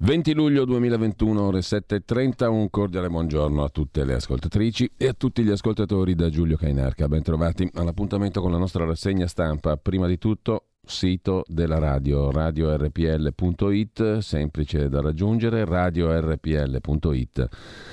20 luglio 2021, ore 7:30, un cordiale buongiorno a tutte le ascoltatrici e a tutti gli ascoltatori da Giulio Cainarca. Ben trovati all'appuntamento con la nostra rassegna stampa. Prima di tutto, sito della radio, radiorpl.it, semplice da raggiungere, radiorpl.it,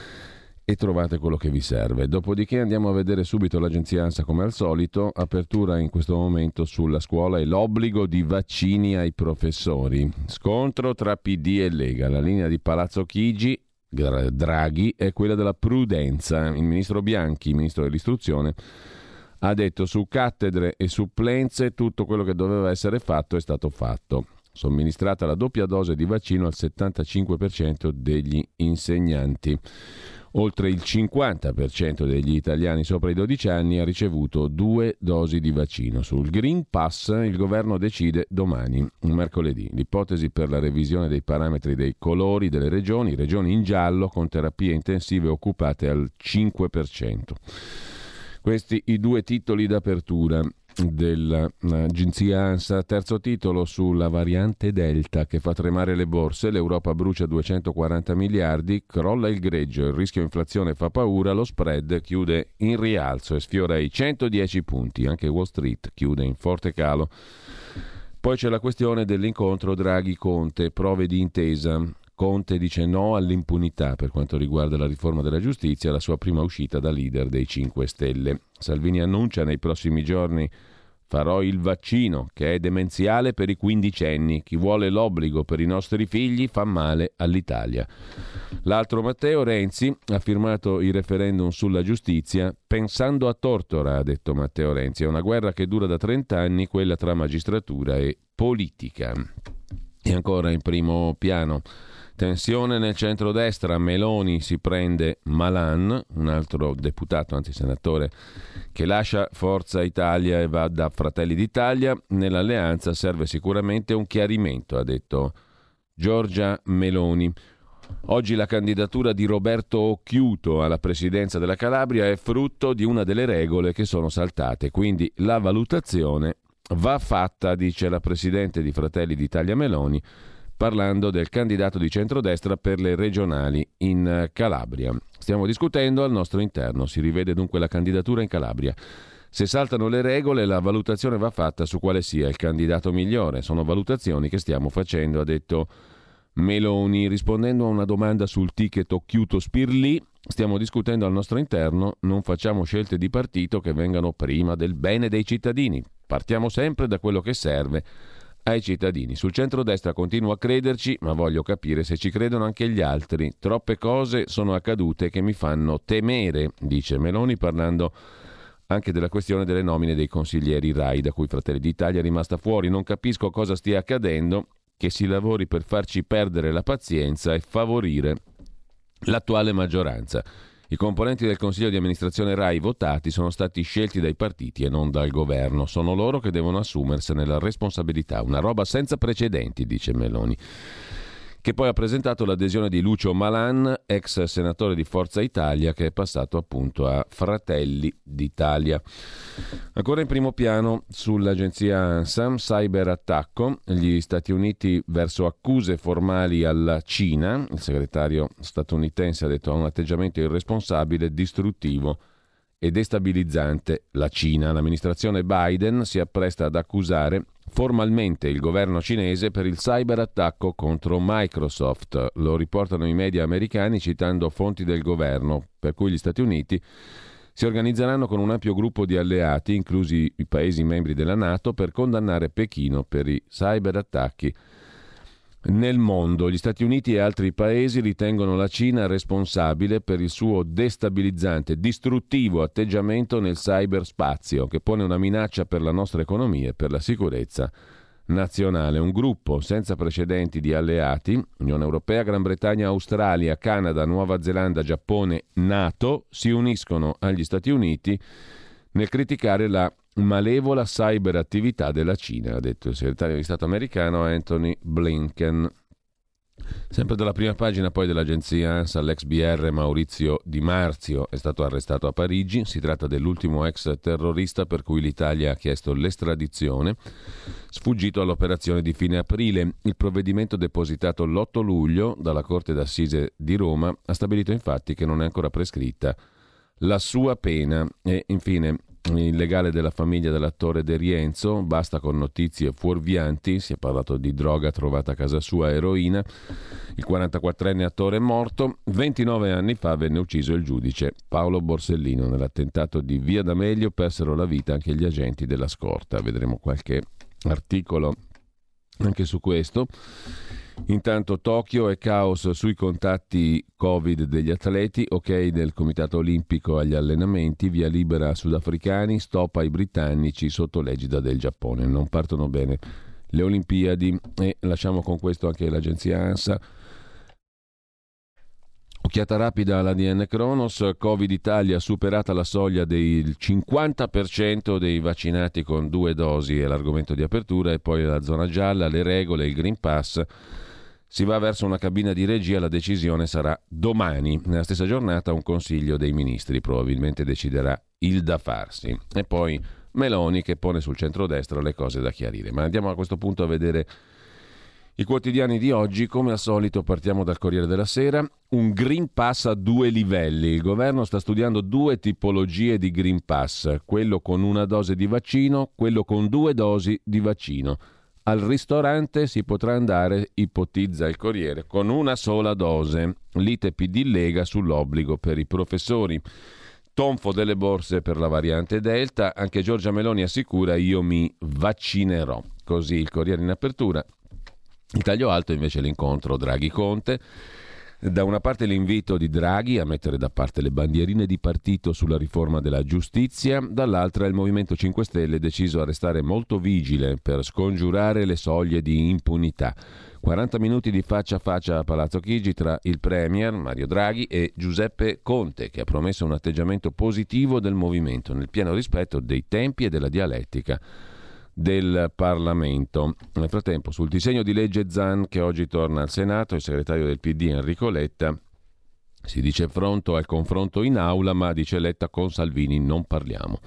e trovate quello che vi serve. Dopodiché andiamo a vedere subito l'agenzia ANSA come al solito. Apertura in questo momento sulla scuola e l'obbligo di vaccini ai professori. Scontro tra PD e Lega. La linea di Palazzo Chigi, Draghi, è quella della prudenza. Il ministro Bianchi, ministro dell'istruzione, ha detto: su cattedre e supplenze tutto quello che doveva essere fatto è stato fatto. Somministrata la doppia dose di vaccino al 75% degli insegnanti. Oltre il 50% degli italiani sopra i 12 anni ha ricevuto 2 dosi di vaccino. Sul Green Pass il governo decide domani, mercoledì, l'ipotesi per la revisione dei parametri dei colori delle regioni in giallo con terapie intensive occupate al 5%. Questi i due titoli d'apertura dell'agenzia ANSA. Terzo titolo sulla variante Delta che fa tremare le borse. L'Europa brucia 240 miliardi, crolla il greggio, il rischio inflazione fa paura, lo spread chiude in rialzo e sfiora i 110 punti, anche Wall Street chiude in forte calo. Poi c'è la questione dell'incontro Draghi-Conte, prove di intesa. Conte dice no all'impunità per quanto riguarda la riforma della giustizia, la sua prima uscita da leader dei 5 Stelle. Salvini annuncia nei prossimi giorni: farò il vaccino, che è demenziale per i quindicenni. Chi vuole l'obbligo per i nostri figli fa male all'Italia. L'altro Matteo Renzi ha firmato il referendum sulla giustizia pensando a Tortora, ha detto Matteo Renzi. È una guerra che dura da 30 anni, quella tra magistratura e politica. E ancora in primo piano, tensione nel centrodestra. Meloni si prende Malan, un altro deputato, anzi senatore, che lascia Forza Italia e va da Fratelli d'Italia. Nell'alleanza serve sicuramente un chiarimento, ha detto Giorgia Meloni. Oggi la candidatura di Roberto Occhiuto alla presidenza della Calabria è frutto di una delle regole che sono saltate, quindi la valutazione va fatta, dice la presidente di Fratelli d'Italia Meloni, parlando del candidato di centrodestra per le regionali in Calabria. Stiamo discutendo al nostro interno, si rivede dunque la candidatura in Calabria. Se saltano le regole, la valutazione va fatta su quale sia il candidato migliore. Sono valutazioni che stiamo facendo, ha detto Meloni, rispondendo a una domanda sul ticket Occhiuto-Spirlì. Stiamo discutendo al nostro interno, non facciamo scelte di partito che vengano prima del bene dei cittadini. Partiamo sempre da quello che serve ai cittadini. Sul centrodestra continuo a crederci, ma voglio capire se ci credono anche gli altri. Troppe cose sono accadute che mi fanno temere, dice Meloni, parlando anche della questione delle nomine dei consiglieri RAI, da cui Fratelli d'Italia è rimasta fuori. Non capisco cosa stia accadendo, che si lavori per farci perdere la pazienza e favorire l'attuale maggioranza. I componenti del Consiglio di amministrazione RAI votati sono stati scelti dai partiti e non dal governo. Sono loro che devono assumersene la responsabilità. Una roba senza precedenti, dice Meloni, che poi ha presentato l'adesione di Lucio Malan, ex senatore di Forza Italia, che è passato appunto a Fratelli d'Italia. Ancora in primo piano sull'agenzia ANSA, cyberattacco, gli Stati Uniti verso accuse formali alla Cina. Il segretario statunitense ha detto: ha un atteggiamento irresponsabile, distruttivo e destabilizzante la Cina. L'amministrazione Biden si appresta ad accusare formalmente il governo cinese per il cyberattacco contro Microsoft. Lo riportano i media americani citando fonti del governo, per cui gli Stati Uniti si organizzeranno con un ampio gruppo di alleati, inclusi i paesi membri della NATO, per condannare Pechino per i cyberattacchi nel mondo. Gli Stati Uniti e altri paesi ritengono la Cina responsabile per il suo destabilizzante, distruttivo atteggiamento nel cyberspazio, che pone una minaccia per la nostra economia e per la sicurezza nazionale. Un gruppo senza precedenti di alleati, Unione Europea, Gran Bretagna, Australia, Canada, Nuova Zelanda, Giappone, NATO, si uniscono agli Stati Uniti nel criticare la malevola cyberattività della Cina, ha detto il segretario di Stato americano Anthony Blinken. Sempre dalla prima pagina poi dell'agenzia ANSA, l'ex BR Maurizio Di Marzio è stato arrestato a Parigi. Si tratta dell'ultimo ex terrorista per cui l'Italia ha chiesto l'estradizione, sfuggito all'operazione di fine aprile. Il provvedimento depositato l'8 luglio dalla Corte d'Assise di Roma ha stabilito infatti che non è ancora prescritta la sua pena. E infine il legale della famiglia dell'attore De Rienzo, basta con notizie fuorvianti, si è parlato di droga trovata a casa sua, eroina. Il 44enne attore è morto. 29 anni fa venne ucciso il giudice Paolo Borsellino. Nell'attentato di Via D'Amelio persero la vita anche gli agenti della scorta. Vedremo qualche articolo anche su questo. Intanto Tokyo e caos sui contatti Covid degli atleti, ok del Comitato Olimpico agli allenamenti, via libera a sudafricani, stop ai britannici sotto l'egida del Giappone. Non partono bene le Olimpiadi e lasciamo con questo anche l'agenzia ANSA. Occhiata rapida all'ADN Cronos, Covid Italia superata la soglia del 50% dei vaccinati con 2 dosi, è l'argomento di apertura, e poi la zona gialla, le regole, il Green Pass. Si va verso una cabina di regia, la decisione sarà domani. Nella stessa giornata un consiglio dei ministri probabilmente deciderà il da farsi. E poi Meloni che pone sul centrodestra le cose da chiarire. Ma andiamo a questo punto a vedere i quotidiani di oggi. Come al solito partiamo dal Corriere della Sera. Un Green Pass a 2 livelli. Il governo sta studiando 2 tipologie di Green Pass. Quello con 1 dose di vaccino, quello con 2 dosi di vaccino. Al ristorante si potrà andare, ipotizza il Corriere, con 1 sola dose. Lite PD Lega sull'obbligo per i professori. Tonfo delle borse per la variante Delta. Anche Giorgia Meloni assicura: io mi vaccinerò. Così il Corriere in apertura. In taglio alto invece l'incontro Draghi-Conte. Da una parte l'invito di Draghi a mettere da parte le bandierine di partito sulla riforma della giustizia, dall'altra il Movimento 5 Stelle deciso a restare molto vigile per scongiurare le soglie di impunità. 40 minuti di faccia a faccia a Palazzo Chigi tra il Premier Mario Draghi e Giuseppe Conte, che ha promesso un atteggiamento positivo del movimento nel pieno rispetto dei tempi e della dialettica del Parlamento. Nel frattempo, sul disegno di legge Zan che oggi torna al Senato, il segretario del PD Enrico Letta si dice pronto al confronto in aula, ma dice Letta con Salvini non parliamo.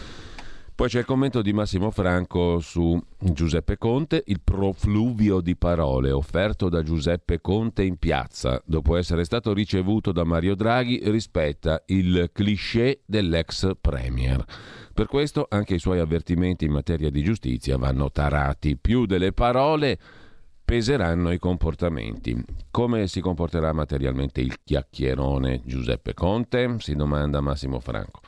Poi c'è il commento di Massimo Franco su Giuseppe Conte, il profluvio di parole offerto da Giuseppe Conte in piazza dopo essere stato ricevuto da Mario Draghi rispetta il cliché dell'ex premier. Per questo anche i suoi avvertimenti in materia di giustizia vanno tarati. Più delle parole peseranno i comportamenti. Come si comporterà materialmente il chiacchierone Giuseppe Conte? Si domanda Massimo Franco.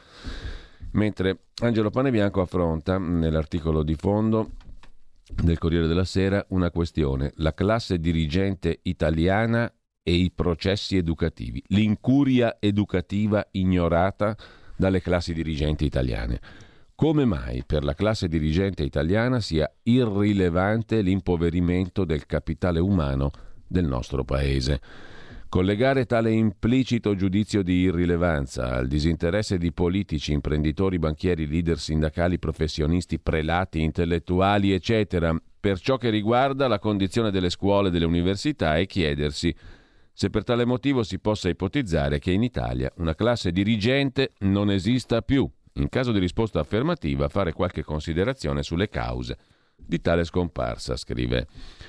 Mentre Angelo Panebianco affronta nell'articolo di fondo del Corriere della Sera una questione: la classe dirigente italiana e i processi educativi, l'incuria educativa ignorata dalle classi dirigenti italiane. Come mai per la classe dirigente italiana sia irrilevante l'impoverimento del capitale umano del nostro paese? Collegare tale implicito giudizio di irrilevanza al disinteresse di politici, imprenditori, banchieri, leader sindacali, professionisti, prelati, intellettuali, eccetera, per ciò che riguarda la condizione delle scuole e delle università, e chiedersi se per tale motivo si possa ipotizzare che in Italia una classe dirigente non esista più. In caso di risposta affermativa, fare qualche considerazione sulle cause di tale scomparsa, scrive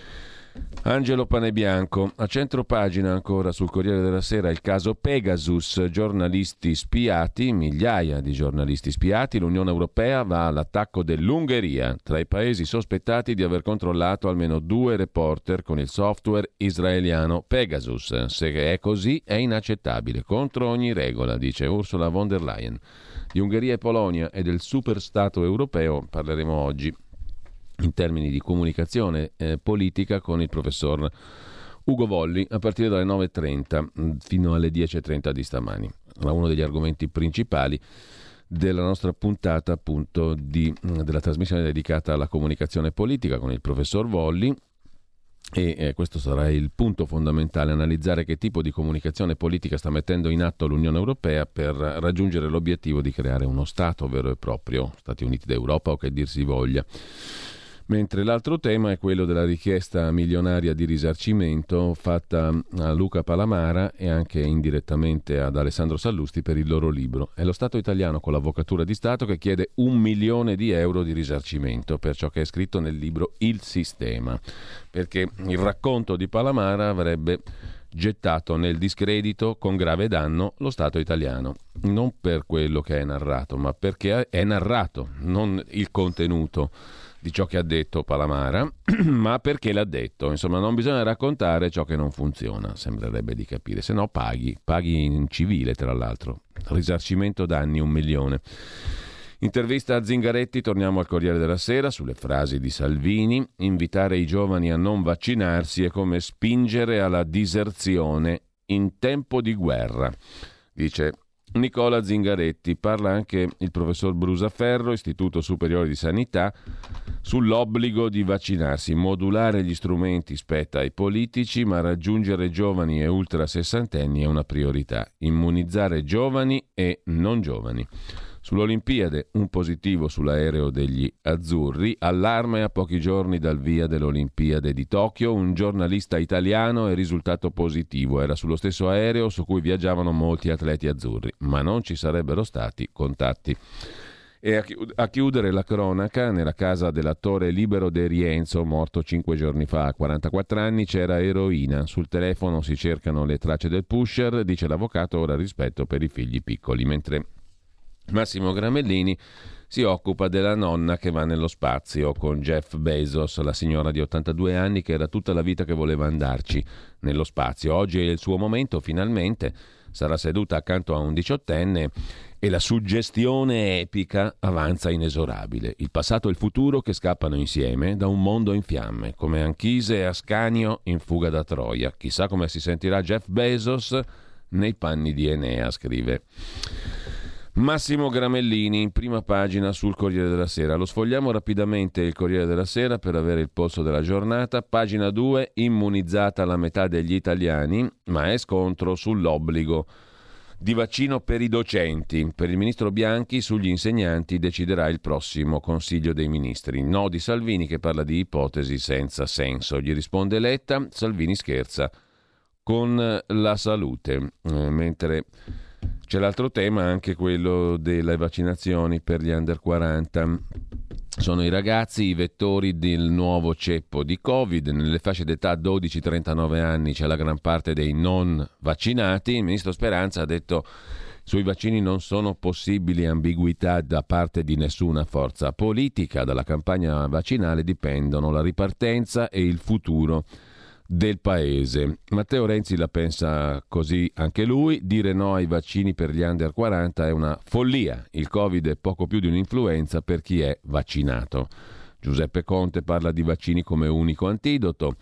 Angelo Panebianco. A centropagina ancora sul Corriere della Sera il caso Pegasus, giornalisti spiati, migliaia di giornalisti spiati, l'Unione Europea va all'attacco dell'Ungheria, tra i paesi sospettati di aver controllato almeno 2 reporter con il software israeliano Pegasus. Se è così è inaccettabile, contro ogni regola, dice Ursula von der Leyen. Di Ungheria e Polonia e del superstato europeo parleremo oggi in termini di comunicazione politica con il professor Ugo Volli a partire dalle 9.30 fino alle 10.30 di stamani. Era uno degli argomenti principali della nostra puntata appunto della trasmissione dedicata alla comunicazione politica con il professor Volli, e questo sarà il punto fondamentale: analizzare che tipo di comunicazione politica sta mettendo in atto l'Unione Europea per raggiungere l'obiettivo di creare uno Stato vero e proprio, Stati Uniti d'Europa o che dir si voglia. Mentre l'altro tema è quello della richiesta milionaria di risarcimento fatta a Luca Palamara e anche indirettamente ad Alessandro Sallusti per il loro libro. È lo Stato italiano con l'Avvocatura di Stato che chiede 1 milione di euro di risarcimento per ciò che è scritto nel libro Il Sistema, perché il racconto di Palamara avrebbe gettato nel discredito con grave danno lo Stato italiano, non per quello che è narrato, ma perché è narrato, non il contenuto di ciò che ha detto Palamara, ma perché l'ha detto. Insomma, non bisogna raccontare ciò che non funziona, sembrerebbe di capire, se no paghi in civile, tra l'altro. Risarcimento danni 1 milione. Intervista a Zingaretti, torniamo al Corriere della Sera, sulle frasi di Salvini. Invitare i giovani a non vaccinarsi è come spingere alla diserzione in tempo di guerra, dice Nicola Zingaretti. Parla anche il professor Brusaferro, Istituto Superiore di Sanità, sull'obbligo di vaccinarsi. Modulare gli strumenti spetta ai politici, ma raggiungere giovani e ultra sessantenni è una priorità. Immunizzare giovani e non giovani. Sull'Olimpiade, un positivo sull'aereo degli azzurri. Allarme a pochi giorni dal via dell'Olimpiade di Tokyo. Un giornalista italiano è risultato positivo. Era sullo stesso aereo su cui viaggiavano molti atleti azzurri, ma non ci sarebbero stati contatti. E a chiudere la cronaca, nella casa dell'attore Libero De Rienzo, morto 5 giorni fa a 44 anni, c'era eroina. Sul telefono si cercano le tracce del pusher, dice l'avvocato, ora rispetto per i figli piccoli, mentre Massimo Gramellini si occupa della nonna che va nello spazio con Jeff Bezos, la signora di 82 anni che era tutta la vita che voleva andarci nello spazio. Oggi è il suo momento, finalmente sarà seduta accanto a un 18enne e la suggestione epica avanza inesorabile. Il passato e il futuro che scappano insieme da un mondo in fiamme, come Anchise e Ascanio in fuga da Troia. Chissà come si sentirà Jeff Bezos nei panni di Enea, scrive Massimo Gramellini in prima pagina sul Corriere della Sera. Lo sfogliamo rapidamente il Corriere della Sera per avere il polso della giornata. Pagina 2, immunizzata la metà degli italiani, ma è scontro sull'obbligo di vaccino per i docenti. Per il ministro Bianchi sugli insegnanti deciderà il prossimo Consiglio dei Ministri. No di Salvini che parla di ipotesi senza senso. Gli risponde Letta, Salvini scherza con la salute. Mentre c'è l'altro tema, anche quello delle vaccinazioni per gli under 40. Sono i ragazzi i vettori del nuovo ceppo di Covid. Nelle fasce d'età 12-39 anni c'è la gran parte dei non vaccinati. Il ministro Speranza ha detto sui vaccini non sono possibili ambiguità da parte di nessuna forza politica. Dalla campagna vaccinale dipendono la ripartenza e il futuro del paese. Matteo Renzi la pensa così anche lui. Dire no ai vaccini per gli under 40 è una follia. Il Covid è poco più di un'influenza per chi è vaccinato. Giuseppe Conte parla di vaccini come unico antidoto.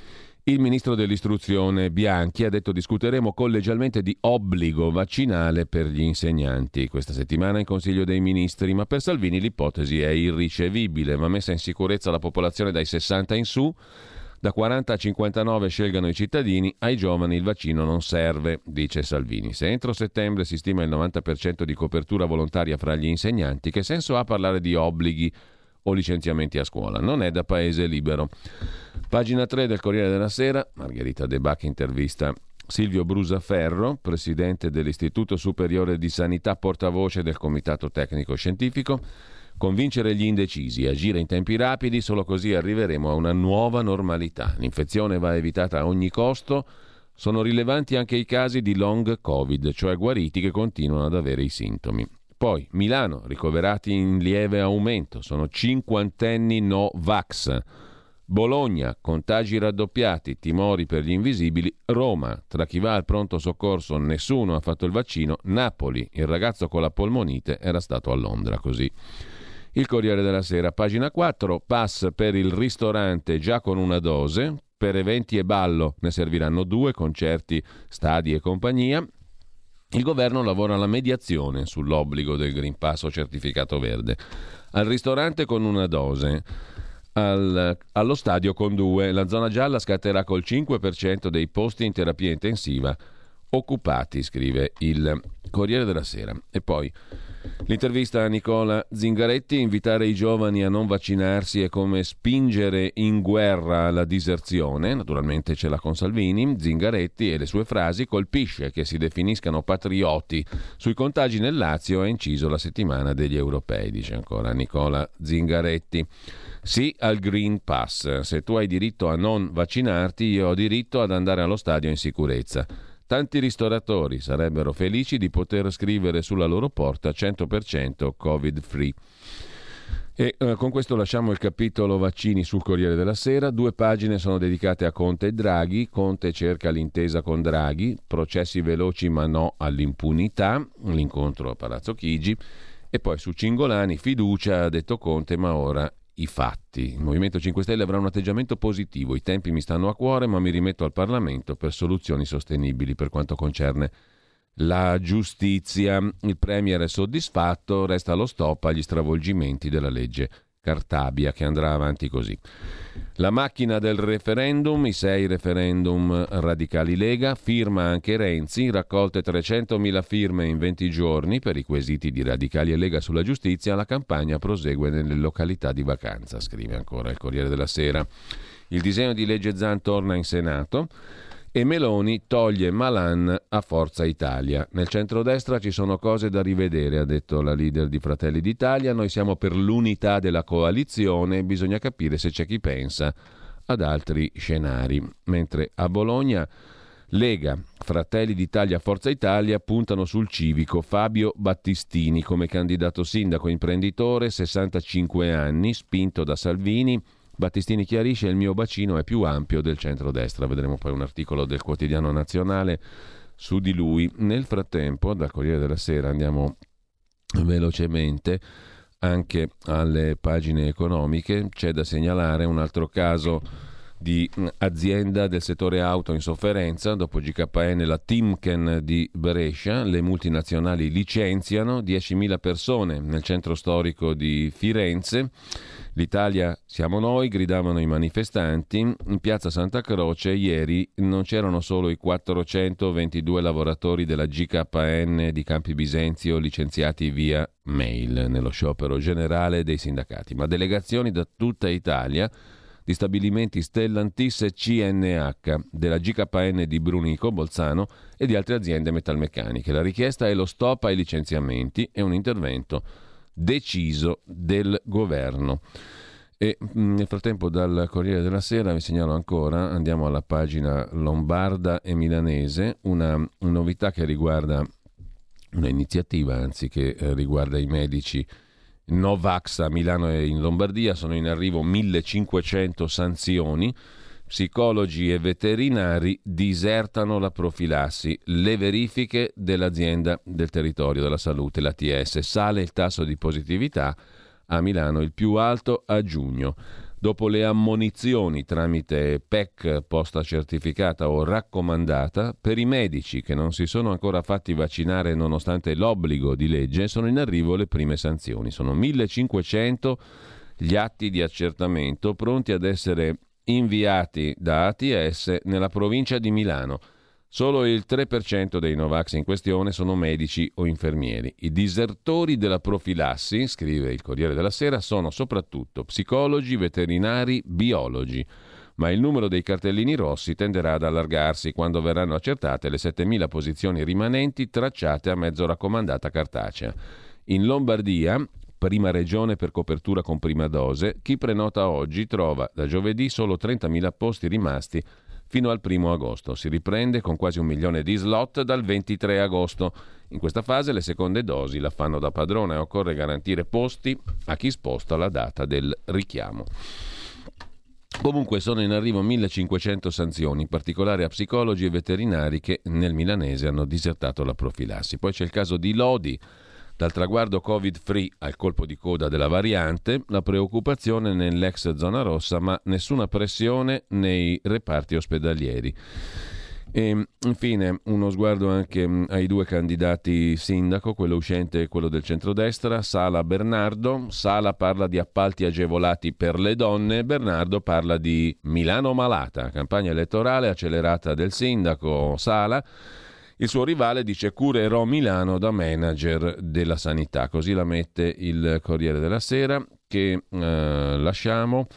Il ministro dell'istruzione Bianchi ha detto discuteremo collegialmente di obbligo vaccinale per gli insegnanti questa settimana in Consiglio dei Ministri, ma per Salvini l'ipotesi è irricevibile. Va messa in sicurezza la popolazione dai 60 in su. Da 40 a 59 scelgano i cittadini, ai giovani il vaccino non serve, dice Salvini. Se entro settembre si stima il 90% di copertura volontaria fra gli insegnanti, che senso ha parlare di obblighi o licenziamenti a scuola? Non è da paese libero. Pagina 3 del Corriere della Sera, Margherita De Bach intervista Silvio Brusaferro, presidente dell'Istituto Superiore di Sanità, portavoce del Comitato Tecnico Scientifico. Convincere gli indecisi, agire in tempi rapidi, solo così arriveremo a una nuova normalità. L'infezione va evitata a ogni costo. Sono rilevanti anche i casi di long Covid, cioè guariti che continuano ad avere i sintomi. Poi Milano, ricoverati in lieve aumento, sono cinquantenni no vax. Bologna, contagi raddoppiati, timori per gli invisibili. Roma, tra chi va al pronto soccorso nessuno ha fatto il vaccino. Napoli, il ragazzo con la polmonite era stato a Londra, così. Il Corriere della Sera, pagina 4, pass per il ristorante già con una dose, per eventi e ballo ne serviranno 2, concerti, stadi e compagnia. Il governo lavora alla mediazione sull'obbligo del Green Pass o certificato verde. Al ristorante con una dose, allo stadio con 2, la zona gialla scatterà col 5% dei posti in terapia intensiva occupati, scrive il Corriere della Sera. E poi l'intervista a Nicola Zingaretti: invitare i giovani a non vaccinarsi è come spingere in guerra la diserzione. Naturalmente ce l'ha con Salvini. Zingaretti e le sue frasi: colpisce che si definiscano patrioti. Sui contagi nel Lazio ha inciso la settimana degli europei, dice ancora Nicola Zingaretti. Sì al Green Pass. Se tu hai diritto a non vaccinarti, io ho diritto ad andare allo stadio in sicurezza. Tanti ristoratori sarebbero felici di poter scrivere sulla loro porta 100% Covid free. E con questo lasciamo il capitolo vaccini sul Corriere della Sera. 2 pagine sono dedicate a Conte e Draghi. Conte cerca l'intesa con Draghi, processi veloci ma no all'impunità, l'incontro a Palazzo Chigi. E poi su Cingolani, fiducia, ha detto Conte, ma ora i fatti. Il Movimento 5 Stelle avrà un atteggiamento positivo. I tempi mi stanno a cuore, ma mi rimetto al Parlamento per soluzioni sostenibili per quanto concerne la giustizia. Il Premier è soddisfatto, resta lo stop agli stravolgimenti della legge Cartabia, che andrà avanti così. La macchina del referendum, i 6 referendum radicali Lega, firma anche Renzi, raccolte 300.000 firme in 20 giorni per i quesiti di radicali e Lega sulla giustizia, la campagna prosegue nelle località di vacanza, scrive ancora il Corriere della Sera. Il disegno di legge Zan torna in Senato e Meloni toglie Malan a Forza Italia. Nel centrodestra ci sono cose da rivedere, ha detto la leader di Fratelli d'Italia. Noi siamo per l'unità della coalizione, bisogna capire se c'è chi pensa ad altri scenari. Mentre a Bologna Lega, Fratelli d'Italia, Forza Italia puntano sul civico. Fabio Battistini come candidato sindaco, imprenditore, 65 anni, spinto da Salvini. Battistini chiarisce: il mio bacino è più ampio del centrodestra. Vedremo poi un articolo del Quotidiano Nazionale su di lui. Nel frattempo, dal Corriere della Sera andiamo velocemente anche alle pagine economiche. C'è da segnalare un altro caso di azienda del settore auto in sofferenza. Dopo GKN, la Timken di Brescia, le multinazionali licenziano 10.000 persone nel centro storico di Firenze. L'Italia siamo noi, gridavano i manifestanti. In piazza Santa Croce ieri non c'erano solo i 422 lavoratori della GKN di Campi Bisenzio licenziati via mail nello sciopero generale dei sindacati, ma delegazioni da tutta Italia di stabilimenti Stellantis e CNH, della GKN di Brunico, Bolzano e di altre aziende metalmeccaniche. La richiesta è lo stop ai licenziamenti e un intervento deciso del governo. E nel frattempo dal Corriere della Sera vi segnalo ancora, andiamo alla pagina lombarda e milanese, una novità che riguarda un'iniziativa, anzi, che riguarda i medici Novax a Milano e in Lombardia. Sono in arrivo 1.500 sanzioni. Psicologi e veterinari disertano la profilassi. Le verifiche dell'azienda del territorio della salute, l'ATS. Sale il tasso di positività a Milano, il più alto a giugno. Dopo le ammonizioni tramite PEC, posta certificata o raccomandata, per i medici che non si sono ancora fatti vaccinare nonostante l'obbligo di legge, sono in arrivo le prime sanzioni. Sono 1.500 gli atti di accertamento pronti ad essere inviati da ATS nella provincia di Milano. Solo il 3% dei Novax in questione sono medici o infermieri. I disertori della profilassi, scrive il Corriere della Sera, sono soprattutto psicologi, veterinari, biologi. Ma il numero dei cartellini rossi tenderà ad allargarsi quando verranno accertate le 7.000 posizioni rimanenti tracciate a mezzo raccomandata cartacea. In Lombardia, prima regione per copertura con prima dose, chi prenota oggi trova da giovedì solo 30.000 posti rimasti fino al 1 agosto. Si riprende con quasi 1 milione di slot dal 23 agosto. In questa fase le seconde dosi la fanno da padrona e occorre garantire posti a chi sposta la data del richiamo. Comunque sono in arrivo 1.500 sanzioni, in particolare a psicologi e veterinari che nel milanese hanno disertato la profilassi. Poi c'è il caso di Lodi. Dal traguardo Covid-free al colpo di coda della variante, la preoccupazione nell'ex zona rossa, ma nessuna pressione nei reparti ospedalieri. E infine uno sguardo anche ai 2 candidati sindaco, quello uscente e quello del centrodestra. Sala Bernardo. Sala parla di appalti agevolati per le donne, Bernardo parla di Milano malata, campagna elettorale accelerata del sindaco Sala. Il suo rivale dice curerò Milano da manager della sanità, così la mette il Corriere della Sera, che lasciamo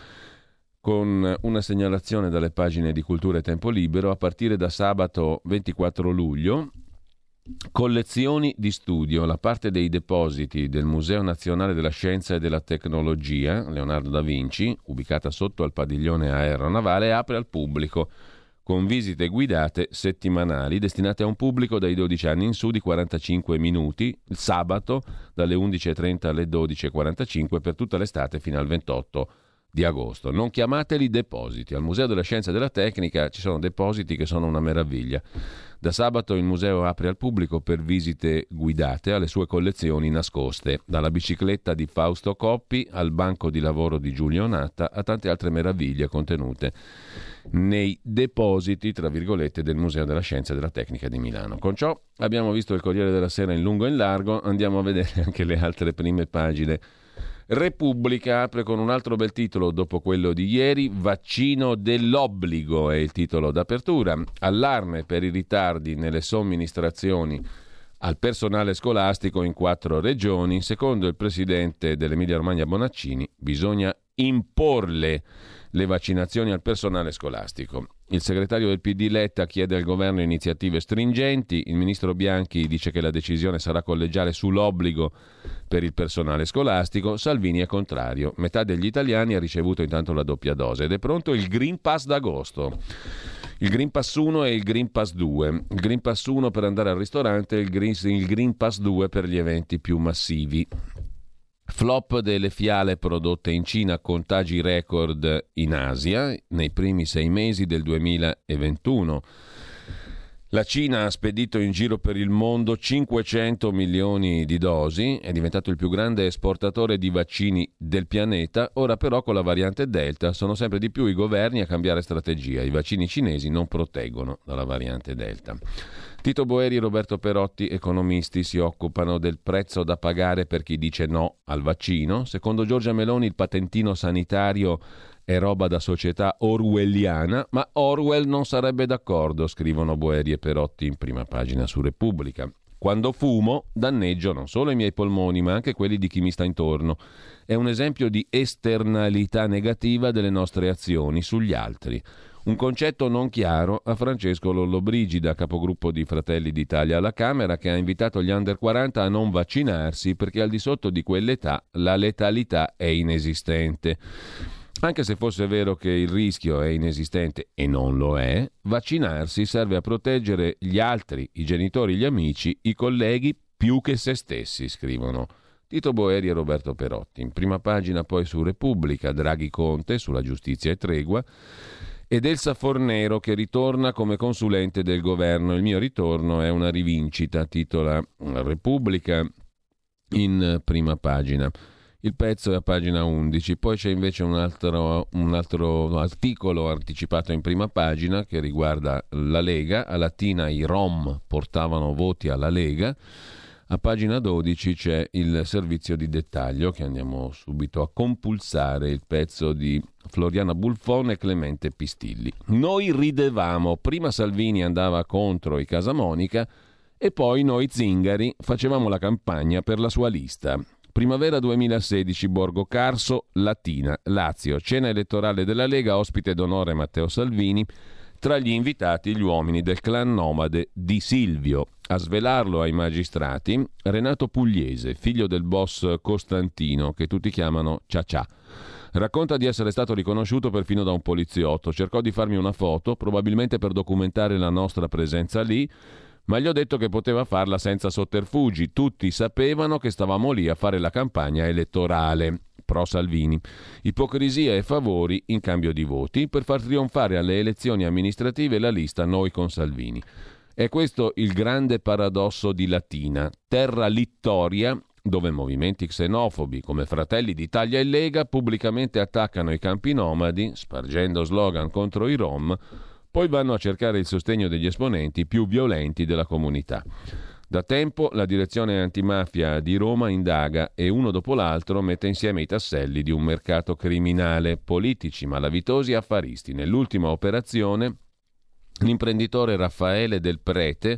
con una segnalazione dalle pagine di Cultura e Tempo Libero. A partire da sabato 24 luglio, collezioni di studio. La parte dei depositi del Museo Nazionale della Scienza e della Tecnologia Leonardo da Vinci, ubicata sotto al padiglione aeronavale, apre al pubblico con visite guidate settimanali destinate a un pubblico dai 12 anni in su di 45 minuti, il sabato dalle 11.30 alle 12.45 per tutta l'estate fino al 28 di agosto. Non chiamateli depositi. Al Museo della Scienza e della Tecnica ci sono depositi che sono una meraviglia. Da sabato il museo apre al pubblico per visite guidate alle sue collezioni nascoste, dalla bicicletta di Fausto Coppi al banco di lavoro di Giulio Natta a tante altre meraviglie contenute nei depositi, tra virgolette, del Museo della Scienza e della Tecnica di Milano. Con ciò abbiamo visto il Corriere della Sera in lungo e in largo, andiamo a vedere anche le altre prime pagine. Repubblica apre con un altro bel titolo dopo quello di ieri, vaccino dell'obbligo è il titolo d'apertura, allarme per i ritardi nelle somministrazioni al personale scolastico in 4 regioni, secondo il presidente dell'Emilia Romagna Bonaccini bisogna imporle le vaccinazioni al personale scolastico. Il segretario del PD Letta chiede al governo iniziative stringenti, il ministro Bianchi dice che la decisione sarà collegiale sull'obbligo per il personale scolastico, Salvini è contrario. Metà degli italiani ha ricevuto intanto la doppia dose ed è pronto il Green Pass d'agosto. Il Green Pass 1 e il Green Pass 2. Il Green Pass 1 per andare al ristorante e il Green Pass 2 per gli eventi più massivi. Flop delle fiale prodotte in Cina, contagi record in Asia nei primi 6 mesi del 2021. La Cina ha spedito in giro per il mondo 500 milioni di dosi, è diventato il più grande esportatore di vaccini del pianeta, ora però con la variante Delta sono sempre di più i governi a cambiare strategia. I vaccini cinesi non proteggono dalla variante Delta. Tito Boeri e Roberto Perotti, economisti, si occupano del prezzo da pagare per chi dice no al vaccino. Secondo Giorgia Meloni il patentino sanitario è roba da società orwelliana, ma Orwell non sarebbe d'accordo, scrivono Boeri e Perotti in prima pagina su Repubblica. Quando fumo danneggio non solo i miei polmoni, ma anche quelli di chi mi sta intorno. È un esempio di esternalità negativa delle nostre azioni sugli altri. Un concetto non chiaro a Francesco Lollobrigida, capogruppo di Fratelli d'Italia alla Camera, che ha invitato gli under 40 a non vaccinarsi perché al di sotto di quell'età la letalità è inesistente. Anche se fosse vero che il rischio è inesistente, e non lo è, vaccinarsi serve a proteggere gli altri, i genitori, gli amici, i colleghi, più che se stessi, scrivono Tito Boeri e Roberto Perotti. In prima pagina poi su Repubblica, Draghi Conte sulla giustizia e tregua, ed Elsa Fornero che ritorna come consulente del governo. Il mio ritorno è una rivincita, titola Repubblica in prima pagina. Il pezzo è a pagina 11, poi c'è invece un altro articolo anticipato in prima pagina che riguarda la Lega. A Latina i Rom portavano voti alla Lega. A pagina 12 c'è il servizio di dettaglio che andiamo subito a compulsare, il pezzo di Floriana Bulfon e Clemente Pistilli. Noi ridevamo, prima Salvini andava contro i Casamonica e poi noi zingari facevamo la campagna per la sua lista. Primavera 2016, Borgo Carso, Latina, Lazio, cena elettorale della Lega, ospite d'onore Matteo Salvini, tra gli invitati gli uomini del clan nomade di Silvio. A svelarlo ai magistrati, Renato Pugliese, figlio del boss Costantino, che tutti chiamano Ciacià. Racconta di essere stato riconosciuto perfino da un poliziotto. Cercò di farmi una foto, probabilmente per documentare la nostra presenza lì, ma gli ho detto che poteva farla senza sotterfugi. Tutti sapevano che stavamo lì a fare la campagna elettorale pro Salvini. Ipocrisia e favori in cambio di voti per far trionfare alle elezioni amministrative la lista Noi con Salvini. È questo il grande paradosso di Latina, terra littoria dove movimenti xenofobi come Fratelli d'Italia e Lega pubblicamente attaccano i campi nomadi, spargendo slogan contro i Rom, poi vanno a cercare il sostegno degli esponenti più violenti della comunità. Da tempo la direzione antimafia di Roma indaga e uno dopo l'altro mette insieme i tasselli di un mercato criminale, politici, malavitosi e affaristi. Nell'ultima operazione l'imprenditore Raffaele Del Prete,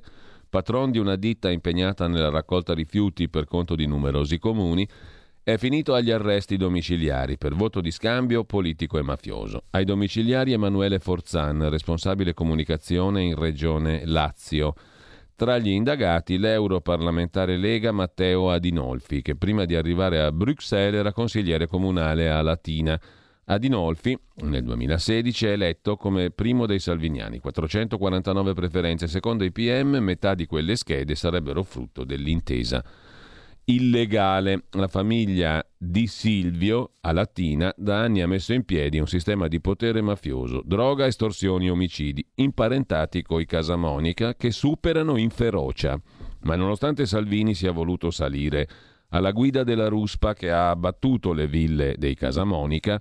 patron di una ditta impegnata nella raccolta rifiuti per conto di numerosi comuni, è finito agli arresti domiciliari per voto di scambio politico e mafioso. Ai domiciliari Emanuele Forzan, responsabile comunicazione in regione Lazio. Tra gli indagati l'europarlamentare Lega Matteo Adinolfi, che prima di arrivare a Bruxelles era consigliere comunale a Latina. Adinolfi nel 2016 è eletto come primo dei salviniani, 449 preferenze. Secondo i PM, metà di quelle schede sarebbero frutto dell'intesa illegale. La famiglia Di Silvio a Latina da anni ha messo in piedi un sistema di potere mafioso, droga, estorsioni e omicidi, imparentati coi Casamonica, che superano in ferocia. Ma nonostante Salvini sia voluto salire alla guida della ruspa che ha abbattuto le ville dei Casamonica,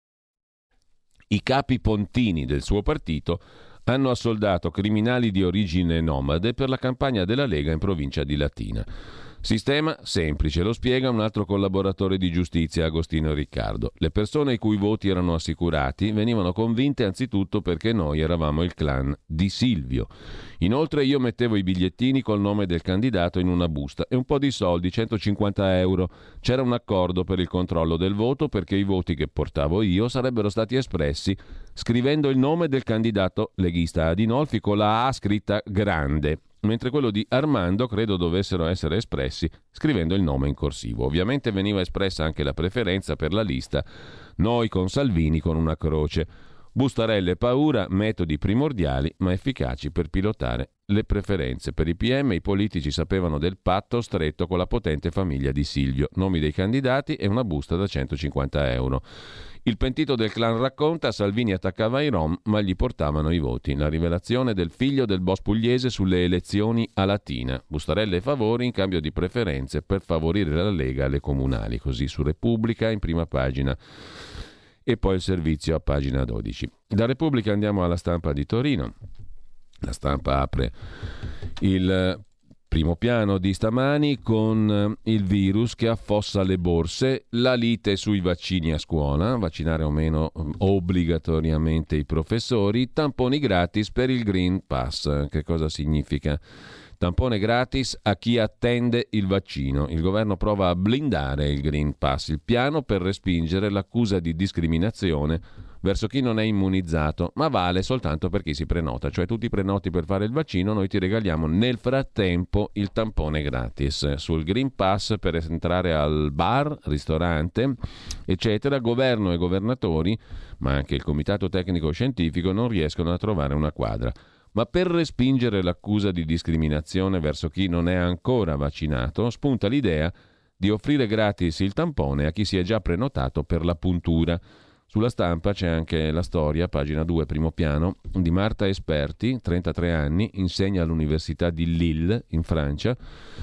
i capi pontini del suo partito hanno assoldato criminali di origine nomade per la campagna della Lega in provincia di Latina. Sistema semplice, lo spiega un altro collaboratore di giustizia, Agostino Riccardo. Le persone i cui voti erano assicurati venivano convinte anzitutto perché noi eravamo il clan di Silvio. Inoltre io mettevo i bigliettini col nome del candidato in una busta e un po' di soldi, 150 euro. C'era un accordo per il controllo del voto perché i voti che portavo io sarebbero stati espressi scrivendo il nome del candidato leghista Adinolfi con la A scritta grande, mentre quello di Armando credo dovessero essere espressi scrivendo il nome in corsivo. Ovviamente veniva espressa anche la preferenza per la lista Noi con Salvini con una croce. Bustarelle e paura, metodi primordiali ma efficaci per pilotare le preferenze. Per i PM i politici sapevano del patto stretto con la potente famiglia di Silvio, nomi dei candidati e una busta da 150 euro. Il pentito del clan racconta: Salvini attaccava i Rom ma gli portavano i voti. La rivelazione del figlio del boss pugliese sulle elezioni a Latina. Bustarelle e favori in cambio di preferenze per favorire la Lega alle comunali. Così su Repubblica in prima pagina. E poi il servizio a pagina 12. Da Repubblica andiamo alla Stampa di Torino. La Stampa apre il primo piano di stamani con il virus che affossa le borse, la lite sui vaccini a scuola, vaccinare o meno obbligatoriamente i professori, tamponi gratis per il Green Pass. Che cosa significa? Tampone gratis a chi attende il vaccino. Il governo prova a blindare il Green Pass, il piano per respingere l'accusa di discriminazione verso chi non è immunizzato, ma vale soltanto per chi si prenota. Cioè tu ti prenoti per fare il vaccino, noi ti regaliamo nel frattempo il tampone gratis. Sul Green Pass per entrare al bar, ristorante, eccetera, governo e governatori, ma anche il comitato tecnico scientifico non riescono a trovare una quadra. Ma per respingere l'accusa di discriminazione verso chi non è ancora vaccinato, spunta l'idea di offrire gratis il tampone a chi si è già prenotato per la puntura. Sulla Stampa c'è anche la storia, pagina 2, primo piano, di Marta Esperti, 33 anni, insegna all'Università di Lille, in Francia.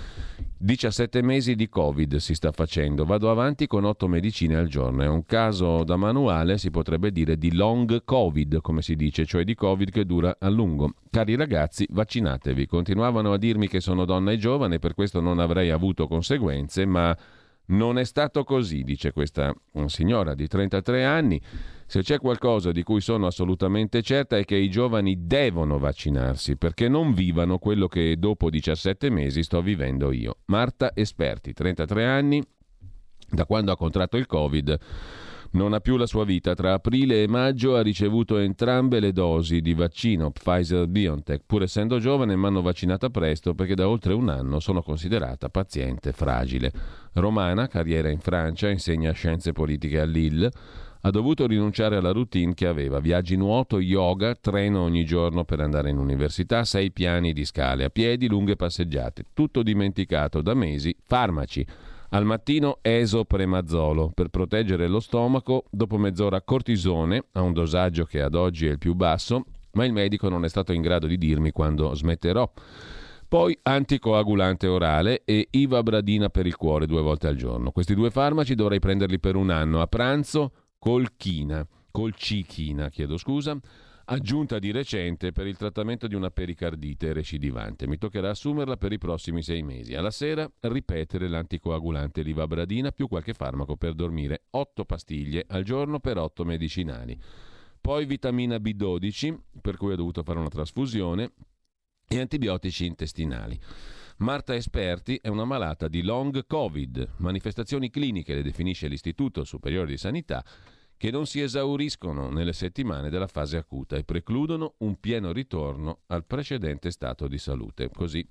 17 mesi di Covid si sta facendo, vado avanti con 8 medicine al giorno. È un caso da manuale, si potrebbe dire, di long Covid, come si dice, cioè di Covid che dura a lungo. Cari ragazzi, vaccinatevi. Continuavano a dirmi che sono donna e giovane, per questo non avrei avuto conseguenze, ma non è stato così, dice questa signora di 33 anni. Se c'è qualcosa di cui sono assolutamente certa è che i giovani devono vaccinarsi perché non vivano quello che dopo 17 mesi sto vivendo io. Marta Esperti, 33 anni, da quando ha contratto il Covid non ha più la sua vita. Tra aprile e maggio ha ricevuto entrambe le dosi di vaccino Pfizer-BioNTech. Pur essendo giovane mi hanno vaccinata presto perché da oltre un anno sono considerata paziente fragile. Romana, carriera in Francia, insegna scienze politiche a Lille, ha dovuto rinunciare alla routine che aveva: viaggi, nuoto, yoga, treno ogni giorno per andare in università, 6 piani di scale a piedi, lunghe passeggiate. Tutto dimenticato da mesi. Farmaci. Al mattino esopremazzolo per proteggere lo stomaco, dopo mezz'ora cortisone, a un dosaggio che ad oggi è il più basso, ma il medico non è stato in grado di dirmi quando smetterò. Poi anticoagulante orale e ivabradina per il cuore 2 volte al giorno. Questi 2 farmaci dovrei prenderli per un anno. A pranzo colchina, aggiunta di recente per il trattamento di una pericardite recidivante. Mi toccherà assumerla per i prossimi 6 mesi. Alla sera ripetere l'anticoagulante l'ivabradina più qualche farmaco per dormire. 8 pastiglie al giorno per 8 medicinali. Poi vitamina B12, per cui ho dovuto fare una trasfusione, e antibiotici intestinali. Marta Esperti è una malata di long Covid, manifestazioni cliniche, le definisce l'Istituto Superiore di Sanità, che non si esauriscono nelle settimane della fase acuta e precludono un pieno ritorno al precedente stato di salute. Così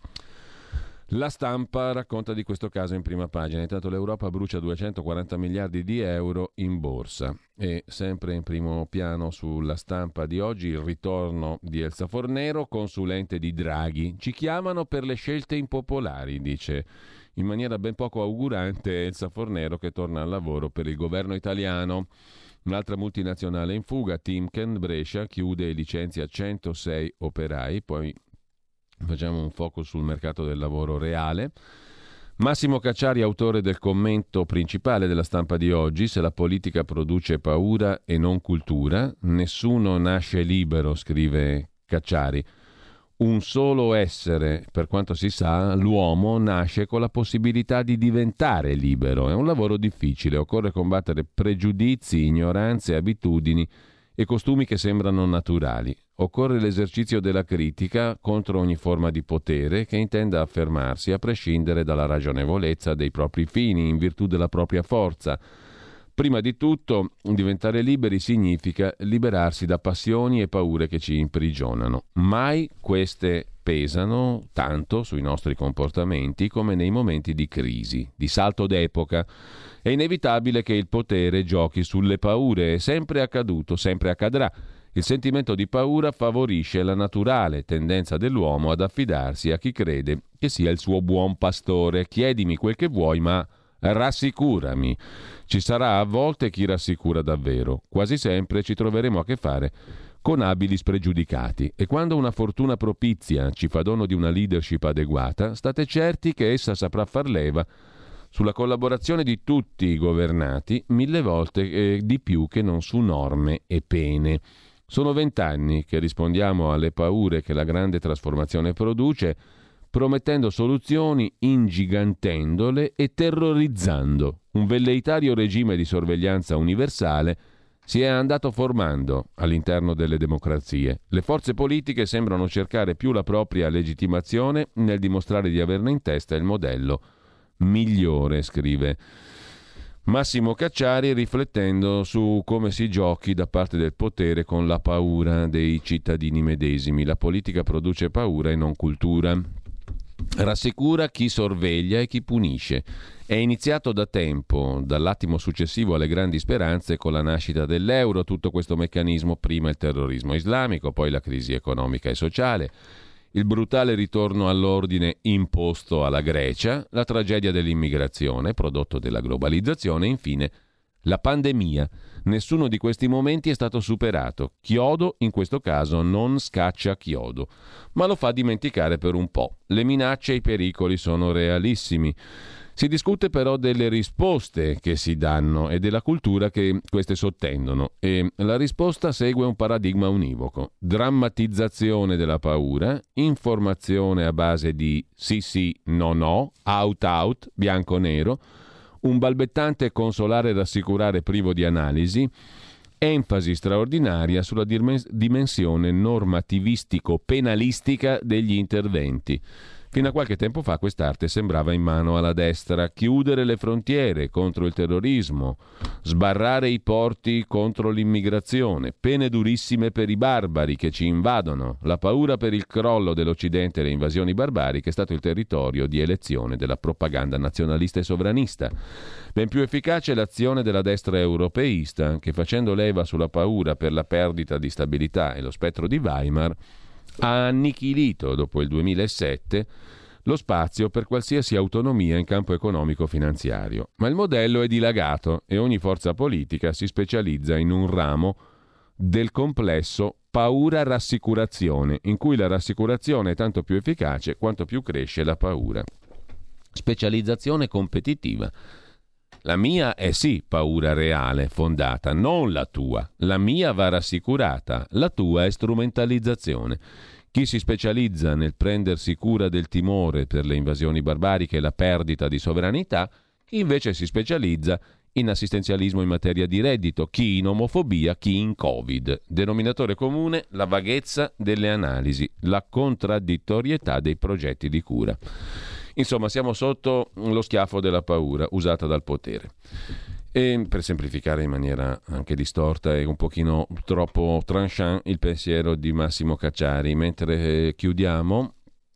La Stampa racconta di questo caso in prima pagina. Intanto l'Europa brucia 240 miliardi di euro in borsa. E sempre in primo piano sulla Stampa di oggi il ritorno di Elsa Fornero, consulente di Draghi. Ci chiamano per le scelte impopolari, dice in maniera ben poco augurante Elsa Fornero, che torna al lavoro per il governo italiano. Un'altra multinazionale in fuga, Timken Brescia, chiude e licenzia 106 operai. Poi facciamo un focus sul mercato del lavoro reale. Massimo Cacciari, autore del commento principale della Stampa di oggi: se la politica produce paura e non cultura, nessuno nasce libero, scrive Cacciari. Un solo essere, per quanto si sa, l'uomo nasce con la possibilità di diventare libero. È un lavoro difficile, occorre combattere pregiudizi, ignoranze, abitudini e costumi che sembrano naturali. Occorre l'esercizio della critica contro ogni forma di potere che intenda affermarsi a prescindere dalla ragionevolezza dei propri fini, in virtù della propria forza. Prima di tutto, diventare liberi significa liberarsi da passioni e paure che ci imprigionano. Mai queste pesano tanto sui nostri comportamenti come nei momenti di crisi, di salto d'epoca. È inevitabile che il potere giochi sulle paure, è sempre accaduto, sempre accadrà. Il sentimento di paura favorisce la naturale tendenza dell'uomo ad affidarsi a chi crede che sia il suo buon pastore. Chiedimi quel che vuoi, ma rassicurami. Ci sarà a volte chi rassicura davvero. Quasi sempre ci troveremo a che fare con abili spregiudicati, e quando una fortuna propizia ci fa dono di una leadership adeguata, state certi che essa saprà far leva sulla collaborazione di tutti i governati, 1000 volte di più che non su norme e pene. Sono 20 anni che rispondiamo alle paure che la grande trasformazione produce, promettendo soluzioni, ingigantendole e terrorizzando. Un velleitario regime di sorveglianza universale si è andato formando all'interno delle democrazie. Le forze politiche sembrano cercare più la propria legittimazione nel dimostrare di averne in testa il modello migliore, scrive Massimo Cacciari, riflettendo su come si giochi da parte del potere con la paura dei cittadini medesimi. La politica produce paura e non cultura. Rassicura chi sorveglia e chi punisce. È iniziato da tempo, dall'attimo successivo alle grandi speranze, con la nascita dell'euro, tutto questo meccanismo, prima il terrorismo islamico, poi la crisi economica e sociale, il brutale ritorno all'ordine imposto alla Grecia, la tragedia dell'immigrazione, prodotto della globalizzazione, e infine la pandemia. Nessuno di questi momenti è stato superato. Chiodo, in questo caso, non scaccia chiodo, ma lo fa dimenticare per un po'. Le minacce e i pericoli sono realissimi. Si discute però delle risposte che si danno e della cultura che queste sottendono, e la risposta segue un paradigma univoco: drammatizzazione della paura, informazione a base di sì, no, out, bianco-nero, un balbettante consolare e rassicurare privo di analisi, enfasi straordinaria sulla dimensione normativistico-penalistica degli interventi. Fino a qualche tempo fa quest'arte sembrava in mano alla destra. Chiudere le frontiere contro il terrorismo, sbarrare i porti contro l'immigrazione, pene durissime per i barbari che ci invadono. La paura per il crollo dell'Occidente e le invasioni barbariche è stato il territorio di elezione della propaganda nazionalista e sovranista. Ben più efficace è l'azione della destra europeista, che, facendo leva sulla paura per la perdita di stabilità e lo spettro di Weimar, ha annichilito dopo il 2007 lo spazio per qualsiasi autonomia in campo economico-finanziario. Ma il modello è dilagato e ogni forza politica si specializza in un ramo del complesso paura-rassicurazione, in cui la rassicurazione è tanto più efficace quanto più cresce la paura. Specializzazione competitiva. La mia è sì paura reale, fondata, non la tua. La mia va rassicurata, la tua è strumentalizzazione. Chi si specializza nel prendersi cura del timore per le invasioni barbariche e la perdita di sovranità, chi invece si specializza in assistenzialismo in materia di reddito, chi in omofobia, chi in Covid. Denominatore comune, la vaghezza delle analisi, la contraddittorietà dei progetti di cura. Insomma, siamo sotto lo schiaffo della paura usata dal potere. E per semplificare in maniera anche distorta e un pochino troppo tranchant il pensiero di Massimo Cacciari, mentre chiudiamo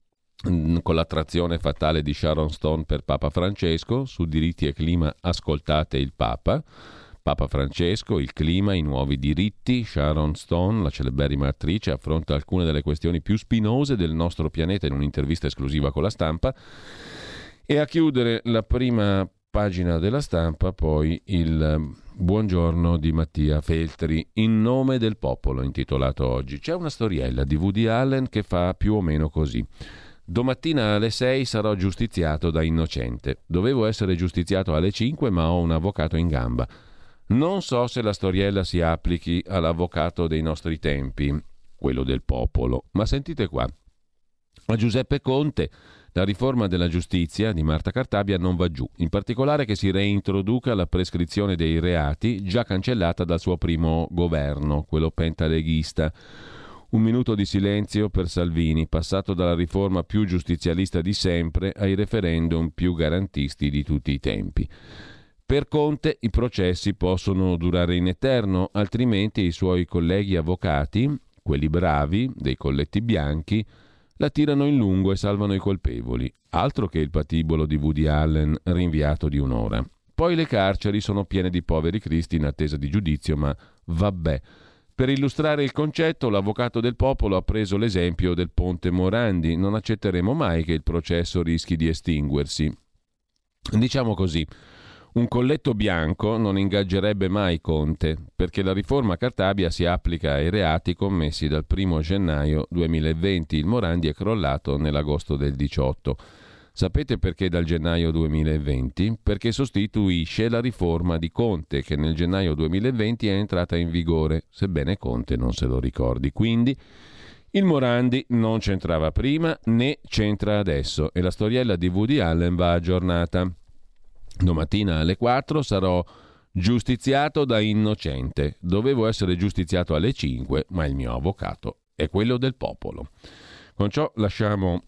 con l'attrazione fatale di Sharon Stone per Papa Francesco, su diritti e clima ascoltate il Papa. Papa Francesco, il clima, i nuovi diritti. Sharon Stone, la celeberrima attrice, affronta alcune delle questioni più spinose del nostro pianeta in un'intervista esclusiva con La Stampa. E a chiudere la prima pagina della Stampa poi il buongiorno di Mattia Feltri, In nome del popolo, intitolato oggi. C'è una storiella di Woody Allen che fa più o meno così. Domattina alle 6 sarò giustiziato da innocente. Dovevo essere giustiziato alle 5, ma ho un avvocato in gamba. Non so se la storiella si applichi all'avvocato dei nostri tempi, quello del popolo, ma sentite qua. A Giuseppe Conte la riforma della giustizia di Marta Cartabia non va giù, in particolare che si reintroduca la prescrizione dei reati già cancellata dal suo primo governo, quello pentaleghista. Un minuto di silenzio per Salvini, passato dalla riforma più giustizialista di sempre ai referendum più garantisti di tutti i tempi. Per Conte i processi possono durare in eterno, altrimenti i suoi colleghi avvocati, quelli bravi, dei colletti bianchi, la tirano in lungo e salvano i colpevoli. Altro che il patibolo di Woody Allen rinviato di un'ora. Poi le carceri sono piene di poveri cristi in attesa di giudizio, ma vabbè. Per illustrare il concetto, l'avvocato del popolo ha preso l'esempio del ponte Morandi. Non accetteremo mai che il processo rischi di estinguersi. Diciamo così, un colletto bianco non ingaggerebbe mai Conte, perché la riforma Cartabia si applica ai reati commessi dal 1 gennaio 2020. Il Morandi è crollato nell'agosto del 18. Sapete perché dal gennaio 2020? Perché sostituisce la riforma di Conte, che nel gennaio 2020 è entrata in vigore, sebbene Conte non se lo ricordi. Quindi il Morandi non c'entrava prima né c'entra adesso e la storiella di Woody Allen va aggiornata. Domattina alle 4 sarò giustiziato da innocente. Dovevo essere giustiziato alle 5, ma il mio avvocato è quello del popolo. Con ciò lasciamo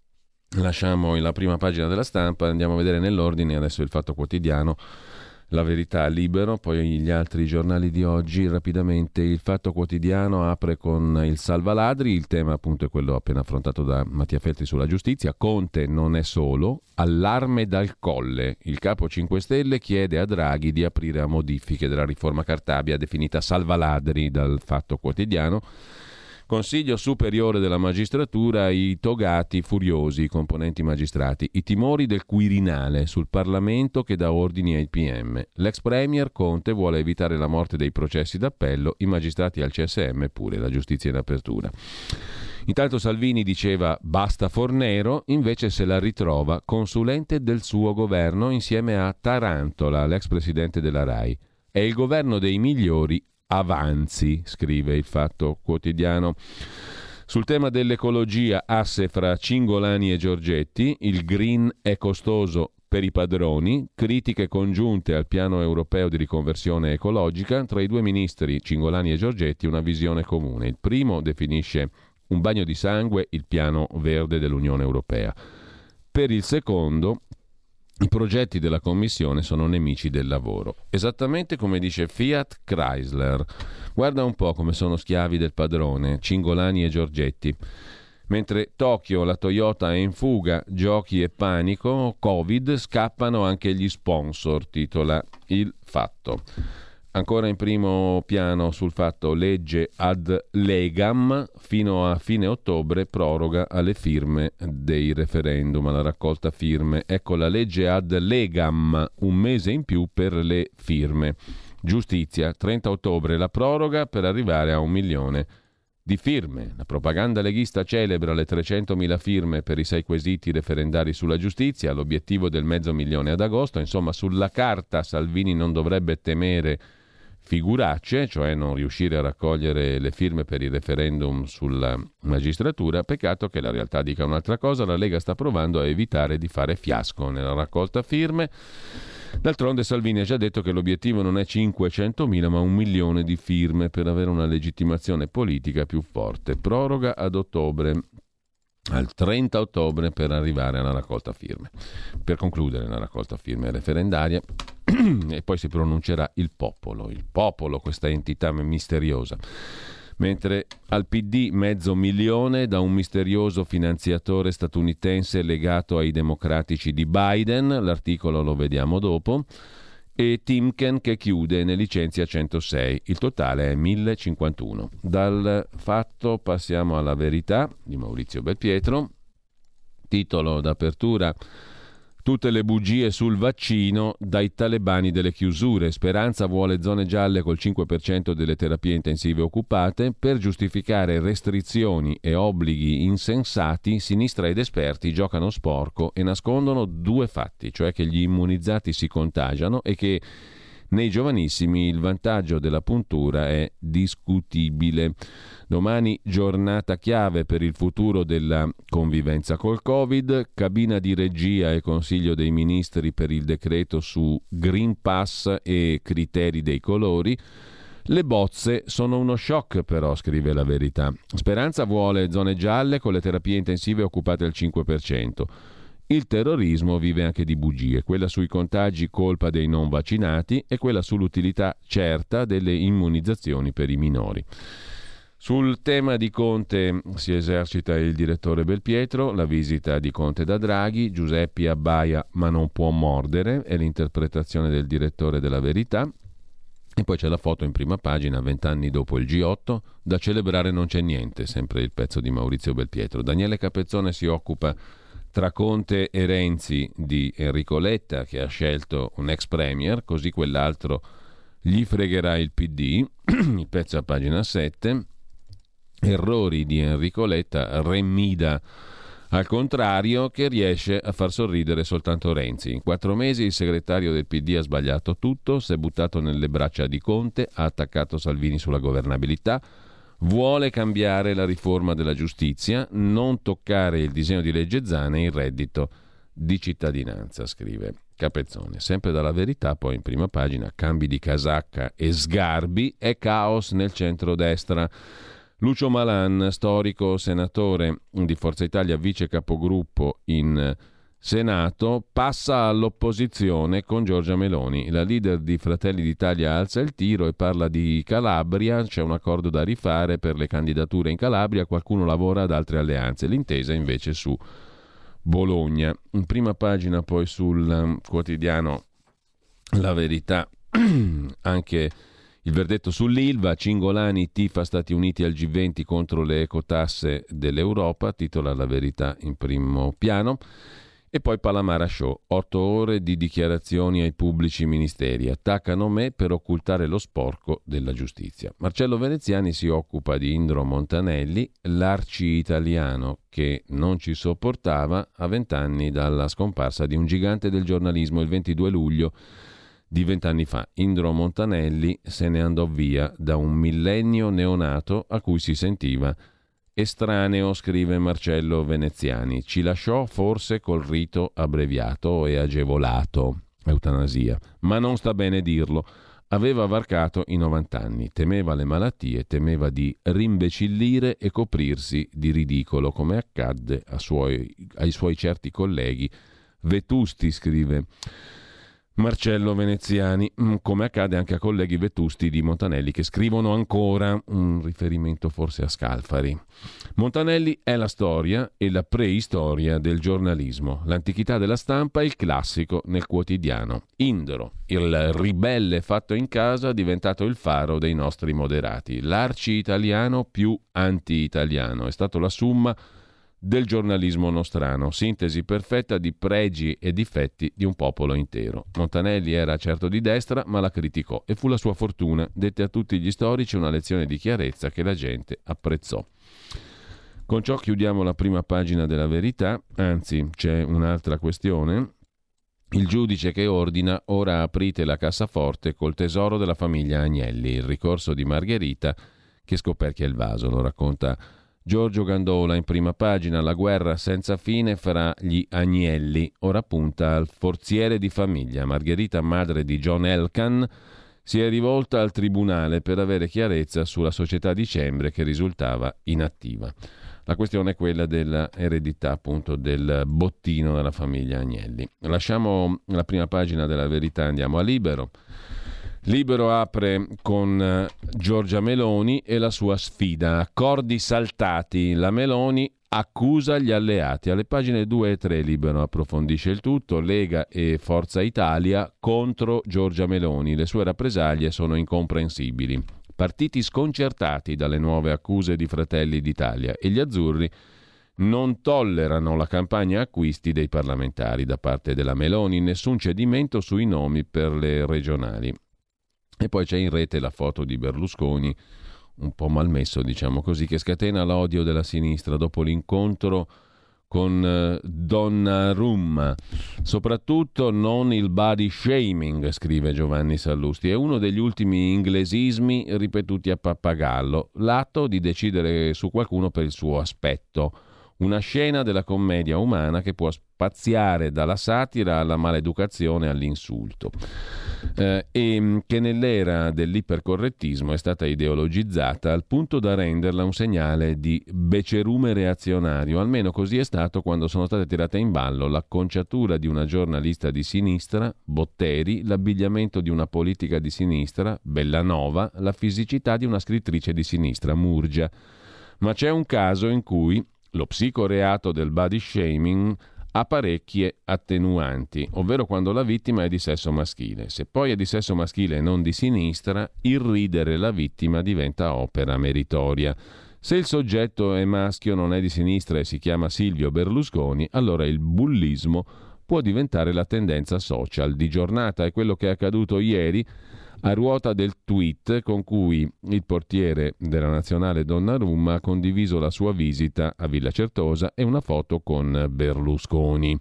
la prima pagina della Stampa, andiamo a vedere nell'ordine adesso il Fatto Quotidiano, La Verità, Libero, poi gli altri giornali di oggi. Rapidamente il Fatto Quotidiano apre con il salvaladri, il tema appunto è quello appena affrontato da Mattia Feltri sulla giustizia. Conte non è solo, allarme dal Colle, il capo 5 Stelle chiede a Draghi di aprire a modifiche della riforma Cartabia definita salvaladri dal Fatto Quotidiano. Consiglio superiore della magistratura, i togati furiosi, i componenti magistrati, i timori del Quirinale sul Parlamento che dà ordini ai PM. L'ex premier Conte vuole evitare la morte dei processi d'appello, i magistrati al CSM pure, la giustizia in apertura. Intanto Salvini diceva basta Fornero, invece se la ritrova consulente del suo governo insieme a Tarantola, l'ex presidente della RAI. È il governo dei migliori avanzi, scrive il Fatto Quotidiano. Sul tema dell'ecologia, asse fra Cingolani e Giorgetti, il green è costoso per i padroni, critiche congiunte al piano europeo di riconversione ecologica, tra i due ministri Cingolani e Giorgetti una visione comune. Il primo definisce un bagno di sangue il piano verde dell'Unione Europea. Per il secondo, i progetti della Commissione sono nemici del lavoro. Esattamente come dice Fiat Chrysler. Guarda un po' come sono schiavi del padrone, Cingolani e Giorgetti. Mentre Tokyo, la Toyota è in fuga, giochi e panico, Covid, scappano anche gli sponsor, titola il Fatto. Ancora in primo piano sul Fatto, legge ad legam, fino a fine ottobre proroga alle firme dei referendum, alla raccolta firme. Ecco la legge ad legam, un mese in più per le firme. Giustizia, 30 ottobre la proroga per arrivare a 1 milione di firme. La propaganda leghista celebra le 300.000 firme per i 6 quesiti referendari sulla giustizia, l'obiettivo del 500.000 ad agosto. Insomma, sulla carta Salvini non dovrebbe temere figuracce, cioè non riuscire a raccogliere le firme per il referendum sulla magistratura. Peccato che la realtà dica un'altra cosa. La Lega sta provando a evitare di fare fiasco nella raccolta firme. D'altronde Salvini ha già detto che l'obiettivo non è 500.000 ma 1 milione di firme per avere una legittimazione politica più forte. Proroga ad ottobre, al 30 ottobre, per arrivare alla raccolta firme, per concludere la raccolta firme referendaria. E poi si pronuncerà il popolo, questa entità misteriosa. Mentre al PD 500.000 da un misterioso finanziatore statunitense legato ai democratici di Biden, l'articolo lo vediamo dopo, e Timken che chiude e ne licenzia 106, il totale è 1.051. Dal Fatto passiamo alla Verità di Maurizio Belpietro, titolo d'apertura: tutte le bugie sul vaccino dai talebani delle chiusure. Speranza vuole zone gialle col 5% delle terapie intensive occupate. Per giustificare restrizioni e obblighi insensati, sinistra ed esperti giocano sporco e nascondono due fatti, cioè che gli immunizzati si contagiano e che nei giovanissimi il vantaggio della puntura è discutibile. Domani giornata chiave per il futuro della convivenza col Covid, cabina di regia e Consiglio dei Ministri per il decreto su Green Pass e criteri dei colori. Le bozze sono uno shock però, scrive La Verità. Speranza vuole zone gialle con le terapie intensive occupate al 5%. Il terrorismo vive anche di bugie, quella sui contagi colpa dei non vaccinati e quella sull'utilità certa delle immunizzazioni per i minori. Sul tema di Conte si esercita il direttore Belpietro, la visita di Conte da Draghi, Giuseppi abbaia ma non può mordere, è l'interpretazione del direttore della Verità. E poi c'è la foto in prima pagina, 20 anni dopo il G8, da celebrare non c'è niente, sempre il pezzo di Maurizio Belpietro. Daniele Capezzone si occupa tra Conte e Renzi di Enrico Letta, che ha scelto un ex premier, così quell'altro gli fregherà il PD, il pezzo a pagina 7. Errori di Enrico Letta, Remida al contrario, che riesce a far sorridere soltanto Renzi. In 4 mesi il segretario del PD ha sbagliato tutto, si è buttato nelle braccia di Conte, ha attaccato Salvini sulla governabilità, vuole cambiare la riforma della giustizia, non toccare il disegno di legge Zan e il reddito di cittadinanza, scrive Capezzone. Sempre dalla Verità, poi in prima pagina, cambi di casacca e Sgarbi, è caos nel centrodestra. Lucio Malan, storico senatore di Forza Italia, vice capogruppo in Senato, passa all'opposizione con Giorgia Meloni. La leader di Fratelli d'Italia alza il tiro e parla di Calabria, c'è un accordo da rifare per le candidature in Calabria, qualcuno lavora ad altre alleanze, l'intesa invece su Bologna. In prima pagina poi sul quotidiano La Verità anche il verdetto sull'Ilva, Cingolani tifa Stati Uniti al G20 contro le ecotasse dell'Europa, titola La Verità in primo piano. E poi Palamara Show, 8 ore di dichiarazioni ai pubblici ministeri, attaccano me per occultare lo sporco della giustizia. Marcello Veneziani si occupa di Indro Montanelli, l'arci-italiano che non ci sopportava a 20 anni dalla scomparsa di un gigante del giornalismo il 22 luglio di 20 anni fa. Indro Montanelli se ne andò via da un millennio neonato a cui si sentiva estraneo, scrive Marcello Veneziani. Ci lasciò forse col rito abbreviato e agevolato, eutanasia, ma non sta bene dirlo. Aveva varcato i 90 anni, temeva le malattie, temeva di rimbecillire e coprirsi di ridicolo, come accadde ai suoi certi colleghi vetusti, scrive Marcello Veneziani, come accade anche a colleghi vetusti di Montanelli che scrivono ancora, un riferimento forse a Scalfari. Montanelli è la storia e la preistoria del giornalismo, l'antichità della stampa e il classico nel quotidiano. Indro, il ribelle fatto in casa, diventato il faro dei nostri moderati, l'arci-italiano più anti-italiano, è stato la summa del giornalismo nostrano, sintesi perfetta di pregi e difetti di un popolo intero. Montanelli era certo di destra, ma la criticò e fu la sua fortuna. Dette a tutti gli storici una lezione di chiarezza che la gente apprezzò. Con ciò chiudiamo la prima pagina della Verità, anzi c'è un'altra questione Il giudice che ordina: ora aprite la cassaforte col tesoro della famiglia Agnelli, il ricorso di Margherita che scoperchia il vaso, lo racconta Giorgio Gandola in prima pagina. La guerra senza fine fra gli Agnelli, ora punta al forziere di famiglia. Margherita, madre di John Elkann, si è rivolta al tribunale per avere chiarezza sulla società di Cembre che risultava inattiva. La questione è quella dell'eredità, appunto, del bottino della famiglia Agnelli. Lasciamo la prima pagina della Verità, andiamo a Libero. Libero apre con Giorgia Meloni e la sua sfida. Accordi saltati. La Meloni accusa gli alleati. Alle pagine 2 e 3 Libero approfondisce il tutto. Lega e Forza Italia contro Giorgia Meloni. Le sue rappresaglie sono incomprensibili. Partiti sconcertati dalle nuove accuse di Fratelli d'Italia e gli azzurri non tollerano la campagna acquisti dei parlamentari da parte della Meloni, nessun cedimento sui nomi per le regionali. E poi c'è in rete la foto di Berlusconi, un po' malmesso, diciamo così, che scatena l'odio della sinistra dopo l'incontro con Donnarumma. Soprattutto non il body shaming, scrive Giovanni Sallusti, è uno degli ultimi inglesismi ripetuti a pappagallo, l'atto di decidere su qualcuno per il suo aspetto. Una scena della commedia umana che può spaziare dalla satira alla maleducazione all'insulto, e che nell'era dell'ipercorrettismo è stata ideologizzata al punto da renderla un segnale di becerume reazionario. Almeno così è stato quando sono state tirate in ballo l'acconciatura di una giornalista di sinistra, Botteri, l'abbigliamento di una politica di sinistra, Bellanova, la fisicità di una scrittrice di sinistra, Murgia. Ma c'è un caso in cui lo psicoreato del body shaming ha parecchie attenuanti, ovvero quando la vittima è di sesso maschile. Se poi è di sesso maschile e non di sinistra, irridere la vittima diventa opera meritoria. Se il soggetto è maschio, non è di sinistra e si chiama Silvio Berlusconi, allora il bullismo può diventare la tendenza social di giornata. È quello che è accaduto ieri a ruota del tweet con cui il portiere della nazionale Donnarumma ha condiviso la sua visita a Villa Certosa e una foto con Berlusconi.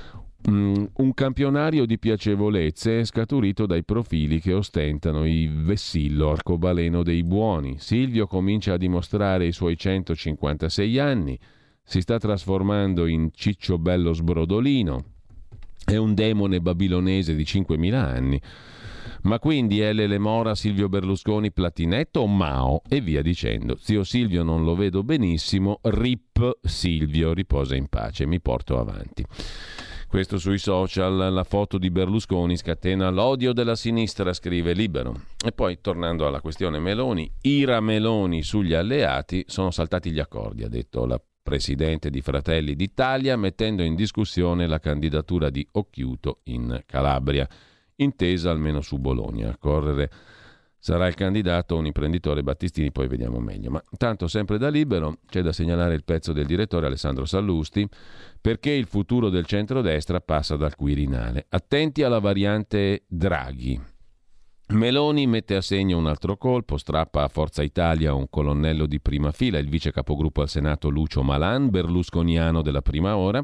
Un campionario di piacevolezze scaturito dai profili che ostentano il vessillo arcobaleno dei buoni. Silvio comincia a dimostrare i suoi 156 anni, si sta trasformando in Ciccio Bello Sbrodolino, è un demone babilonese di 5.000 anni. Ma quindi è Lele Mora, Silvio Berlusconi, Platinetto o Mao? E via dicendo. Zio Silvio non lo vedo benissimo, rip Silvio, riposa in pace, mi porto avanti. Questo sui social, la foto di Berlusconi scatena l'odio della sinistra, scrive Libero. E poi, tornando alla questione Meloni, ira Meloni sugli alleati, sono saltati gli accordi, ha detto la presidente di Fratelli d'Italia, mettendo in discussione la candidatura di Occhiuto in Calabria. Intesa almeno su Bologna. A correre sarà il candidato un imprenditore Battistini, poi vediamo meglio. Ma tanto sempre da Libero c'è da segnalare il pezzo del direttore Alessandro Sallusti, perché il futuro del centrodestra passa dal Quirinale. Attenti alla variante Draghi. Meloni mette a segno un altro colpo, strappa a Forza Italia un colonnello di prima fila, il vice capogruppo al Senato Lucio Malan, berlusconiano della prima ora.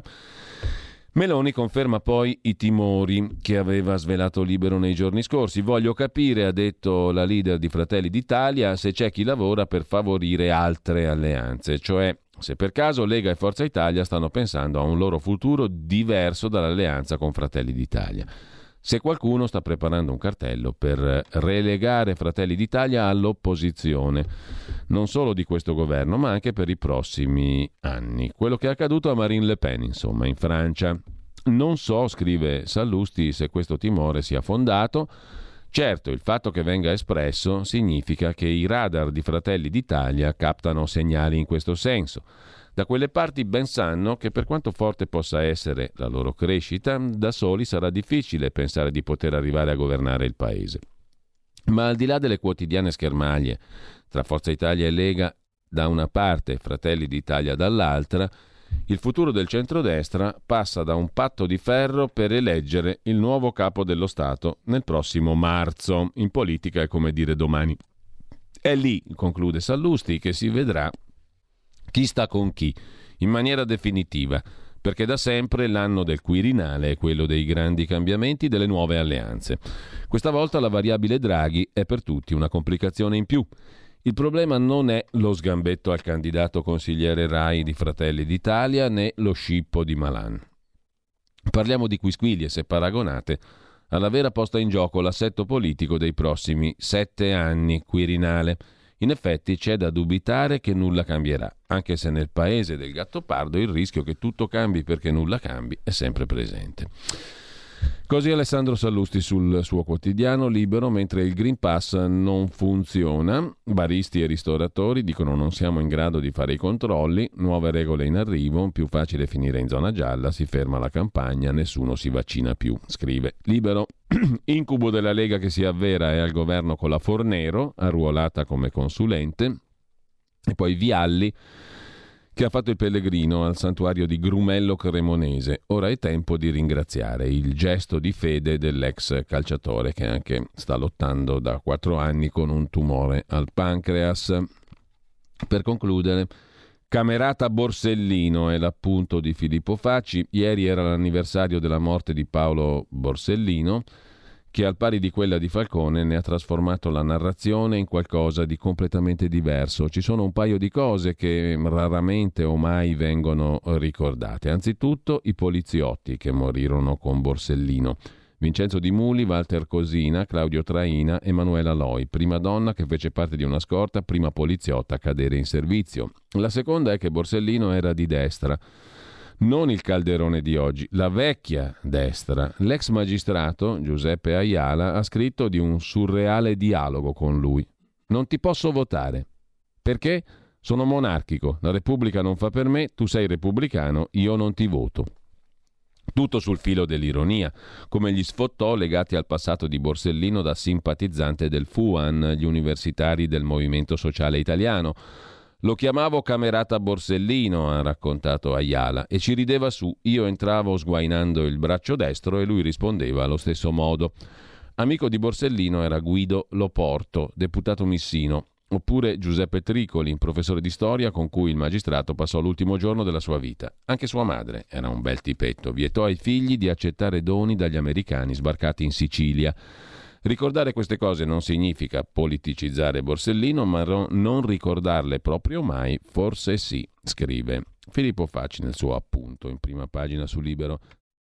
Meloni conferma poi i timori che aveva svelato Libero nei giorni scorsi. Voglio capire, ha detto la leader di Fratelli d'Italia, se c'è chi lavora per favorire altre alleanze, cioè se per caso Lega e Forza Italia stanno pensando a un loro futuro diverso dall'alleanza con Fratelli d'Italia. Se qualcuno sta preparando un cartello per relegare Fratelli d'Italia all'opposizione, non solo di questo governo, ma anche per i prossimi anni. Quello che è accaduto a Marine Le Pen, insomma, in Francia. Non so, scrive Sallusti, se questo timore sia fondato. Certo, il fatto che venga espresso significa che i radar di Fratelli d'Italia captano segnali in questo senso. Da quelle parti ben sanno che per quanto forte possa essere la loro crescita, da soli sarà difficile pensare di poter arrivare a governare il paese. Ma al di là delle quotidiane schermaglie tra Forza Italia e Lega da una parte e Fratelli d'Italia dall'altra, il futuro del centrodestra passa da un patto di ferro per eleggere il nuovo capo dello Stato nel prossimo marzo. In politica è come dire domani. È lì, conclude Sallusti, che si vedrà chi sta con chi, in maniera definitiva, perché da sempre l'anno del Quirinale è quello dei grandi cambiamenti, delle nuove alleanze. Questa volta la variabile Draghi è per tutti una complicazione in più. Il problema non è lo sgambetto al candidato consigliere Rai di Fratelli d'Italia né lo scippo di Malan. Parliamo di quisquiglie se paragonate alla vera posta in gioco l'assetto politico dei prossimi 7 anni Quirinale. In effetti c'è da dubitare che nulla cambierà, anche se nel paese del Gattopardo il rischio che tutto cambi perché nulla cambi è sempre presente. Così Alessandro Sallusti sul suo quotidiano Libero, mentre il Green Pass non funziona. Baristi e ristoratori dicono non siamo in grado di fare i controlli, nuove regole in arrivo, più facile finire in zona gialla, si ferma la campagna, nessuno si vaccina più, scrive Libero. Incubo della Lega che si avvera è al governo con la Fornero, arruolata come consulente, e poi Vialli, che ha fatto il pellegrino al santuario di Grumello Cremonese. Ora è tempo di ringraziare il gesto di fede dell'ex calciatore che anche sta lottando da 4 anni con un tumore al pancreas. Per concludere, Camerata Borsellino è l'appunto di Filippo Facci. Ieri era l'anniversario della morte di Paolo Borsellino, che al pari di quella di Falcone ne ha trasformato la narrazione in qualcosa di completamente diverso. Ci sono un paio di cose che raramente o mai vengono ricordate. Anzitutto i poliziotti che morirono con Borsellino. Vincenzo Di Muli, Walter Cosina, Claudio Traina, Emanuela Loi, prima donna che fece parte di una scorta, prima poliziotta a cadere in servizio. La seconda è che Borsellino era di destra. Non il Calderone di oggi, la vecchia destra. L'ex magistrato Giuseppe Ayala ha scritto di un surreale dialogo con lui. Non ti posso votare. Perché? Sono monarchico, la Repubblica non fa per me, tu sei repubblicano, io non ti voto. Tutto sul filo dell'ironia, come gli sfottò legati al passato di Borsellino da simpatizzante del FUAN, gli universitari del Movimento Sociale Italiano. Lo chiamavo Camerata Borsellino, ha raccontato Ayala, e ci rideva su. Io entravo sguainando il braccio destro e lui rispondeva allo stesso modo. Amico di Borsellino era Guido Loporto, deputato missino, oppure Giuseppe Tricoli, professore di storia con cui il magistrato passò l'ultimo giorno della sua vita. Anche sua madre era un bel tipetto, vietò ai figli di accettare doni dagli americani sbarcati in Sicilia. Ricordare queste cose non significa politicizzare Borsellino, ma non ricordarle proprio mai, forse sì, scrive Filippo Facci nel suo appunto in prima pagina su Libero.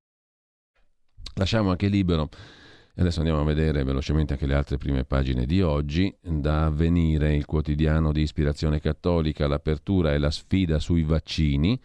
Lasciamo anche Libero. Adesso andiamo a vedere velocemente anche le altre prime pagine di oggi. Da Avvenire, il quotidiano di ispirazione cattolica, l'apertura e la sfida sui vaccini.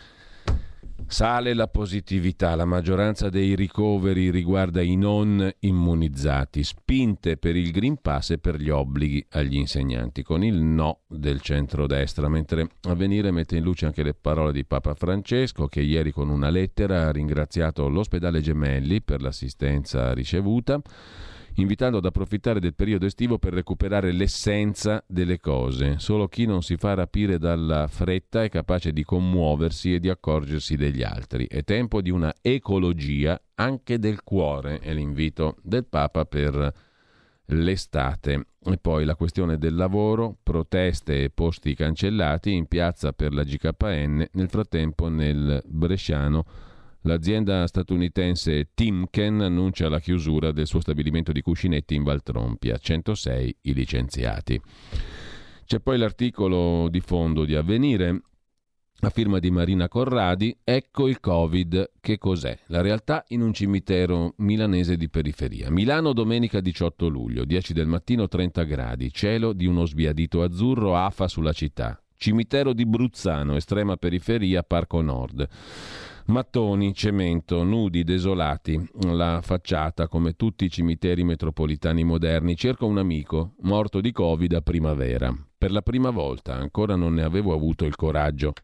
Sale la positività, la maggioranza dei ricoveri riguarda i non immunizzati, spinte per il Green Pass e per gli obblighi agli insegnanti, con il no del centrodestra, mentre Avvenire mette in luce anche le parole di Papa Francesco, che ieri con una lettera ha ringraziato l'ospedale Gemelli per l'assistenza ricevuta, invitando ad approfittare del periodo estivo per recuperare l'essenza delle cose. Solo chi non si fa rapire dalla fretta è capace di commuoversi e di accorgersi degli altri. È tempo di una ecologia anche del cuore, è l'invito del Papa per l'estate. E poi la questione del lavoro, proteste e posti cancellati in piazza per la GKN. Nel frattempo nel Bresciano l'azienda statunitense Timken annuncia la chiusura del suo stabilimento di cuscinetti in Valtrompia, 106 i licenziati. C'è poi l'articolo di fondo di Avvenire, a firma di Marina Corradi, ecco il Covid, che cos'è? La realtà in un cimitero milanese di periferia. Milano domenica 18 luglio, 10 del mattino, 30 gradi, cielo di uno sbiadito azzurro, afa sulla città. Cimitero di Bruzzano, estrema periferia, Parco Nord. Mattoni, cemento, nudi, desolati, la facciata come tutti i cimiteri metropolitani moderni. Cerco un amico, morto di Covid a primavera. Per la prima volta, ancora non ne avevo avuto il coraggio.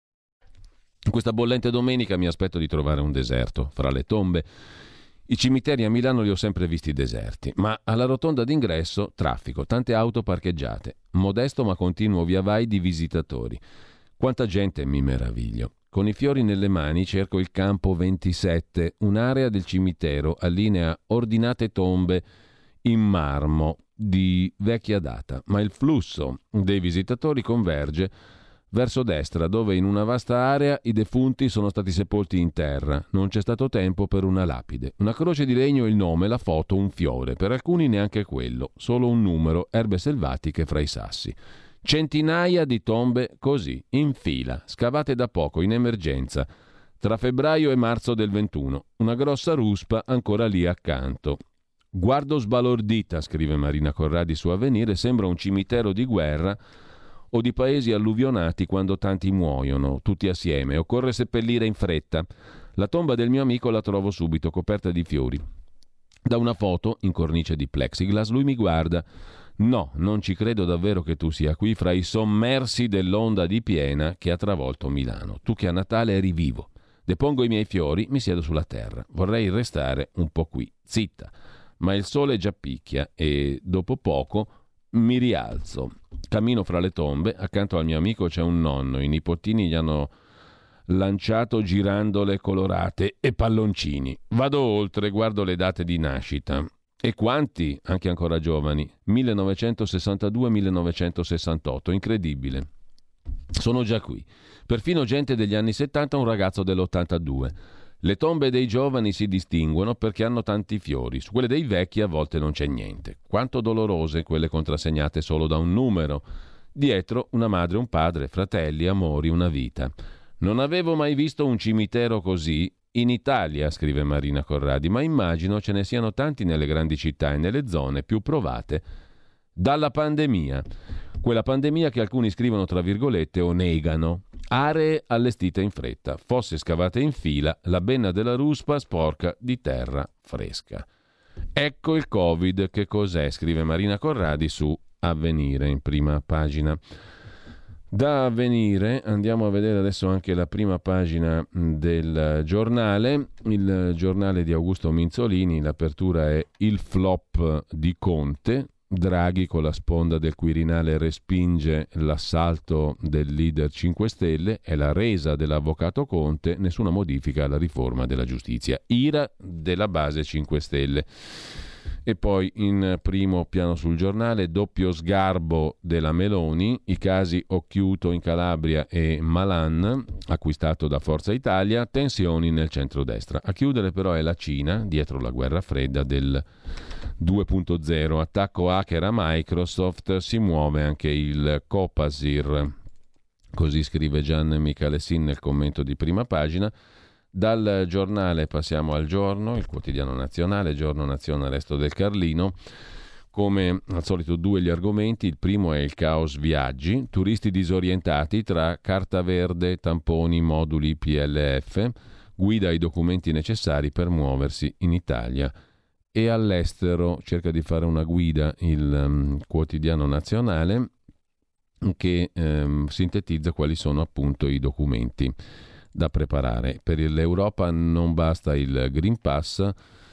Questa bollente domenica mi aspetto di trovare un deserto fra le tombe. I cimiteri a Milano li ho sempre visti deserti, ma alla rotonda d'ingresso traffico, tante auto parcheggiate. Modesto ma continuo via vai di visitatori. Quanta gente, mi meraviglio. Con i fiori nelle mani cerco il campo 27, un'area del cimitero allinea ordinate tombe in marmo di vecchia data, ma il flusso dei visitatori converge verso destra, dove in una vasta area i defunti sono stati sepolti in terra. Non c'è stato tempo per una lapide. Una croce di legno, il nome, la foto, un fiore. Per alcuni neanche quello, solo un numero, erbe selvatiche fra i sassi. Centinaia di tombe così, in fila, scavate da poco, in emergenza, tra febbraio e marzo del 21. Una grossa ruspa ancora lì accanto. Guardo sbalordita, scrive Marina Corradi su Avvenire, sembra un cimitero di guerra o di paesi alluvionati quando tanti muoiono, tutti assieme. Occorre seppellire in fretta. La tomba del mio amico la trovo subito, coperta di fiori. Da una foto, in cornice di plexiglass, lui mi guarda. No, non ci credo davvero che tu sia qui fra i sommersi dell'onda di piena che ha travolto Milano. Tu che a Natale eri vivo. Depongo i miei fiori, mi siedo sulla terra. Vorrei restare un po' qui, zitta. Ma il sole già picchia e dopo poco mi rialzo. Cammino fra le tombe, accanto al mio amico c'è un nonno, i nipotini gli hanno lanciato girandole colorate e palloncini. Vado oltre, guardo le date di nascita. E quanti, anche ancora giovani, 1962-1968, incredibile. Sono già qui. Perfino gente degli anni 70, un ragazzo dell'82. Le tombe dei giovani si distinguono perché hanno tanti fiori, su quelle dei vecchi a volte non c'è niente. Quanto dolorose quelle contrassegnate solo da un numero. Dietro una madre, un padre, fratelli, amori, una vita. Non avevo mai visto un cimitero così in Italia, scrive Marina Corradi, ma immagino ce ne siano tanti nelle grandi città e nelle zone più provate dalla pandemia. Quella pandemia che alcuni scrivono tra virgolette o negano. Aree allestite in fretta, fosse scavate in fila, la benna della ruspa sporca di terra fresca. Ecco il Covid che cos'è, scrive Marina Corradi su Avvenire in prima pagina. Da Avvenire andiamo a vedere adesso anche la prima pagina del giornale, il giornale di Augusto Minzolini. L'apertura è il flop di Conte. Draghi con la sponda del Quirinale respinge l'assalto del leader 5 Stelle, è la resa dell'avvocato Conte, nessuna modifica alla riforma della giustizia. Ira della base 5 Stelle. E poi in primo piano sul giornale, doppio sgarbo della Meloni, i casi Occhiuto in Calabria e Malan, acquistato da Forza Italia, tensioni nel centrodestra. A chiudere però è la Cina, dietro la guerra fredda del 2.0, attacco hacker a Microsoft, si muove anche il Copasir, così scrive Gian Michalessin nel commento di prima pagina. Dal giornale passiamo al Giorno, il quotidiano nazionale, Giorno, Nazione, Resto del Carlino. Come al solito due gli argomenti, il primo è il caos viaggi, turisti disorientati tra carta verde, tamponi, moduli PLF, guida ai documenti necessari per muoversi in Italia e all'estero. Cerca di fare una guida il quotidiano nazionale che sintetizza quali sono appunto i documenti da preparare. Per l'Europa non basta il Green Pass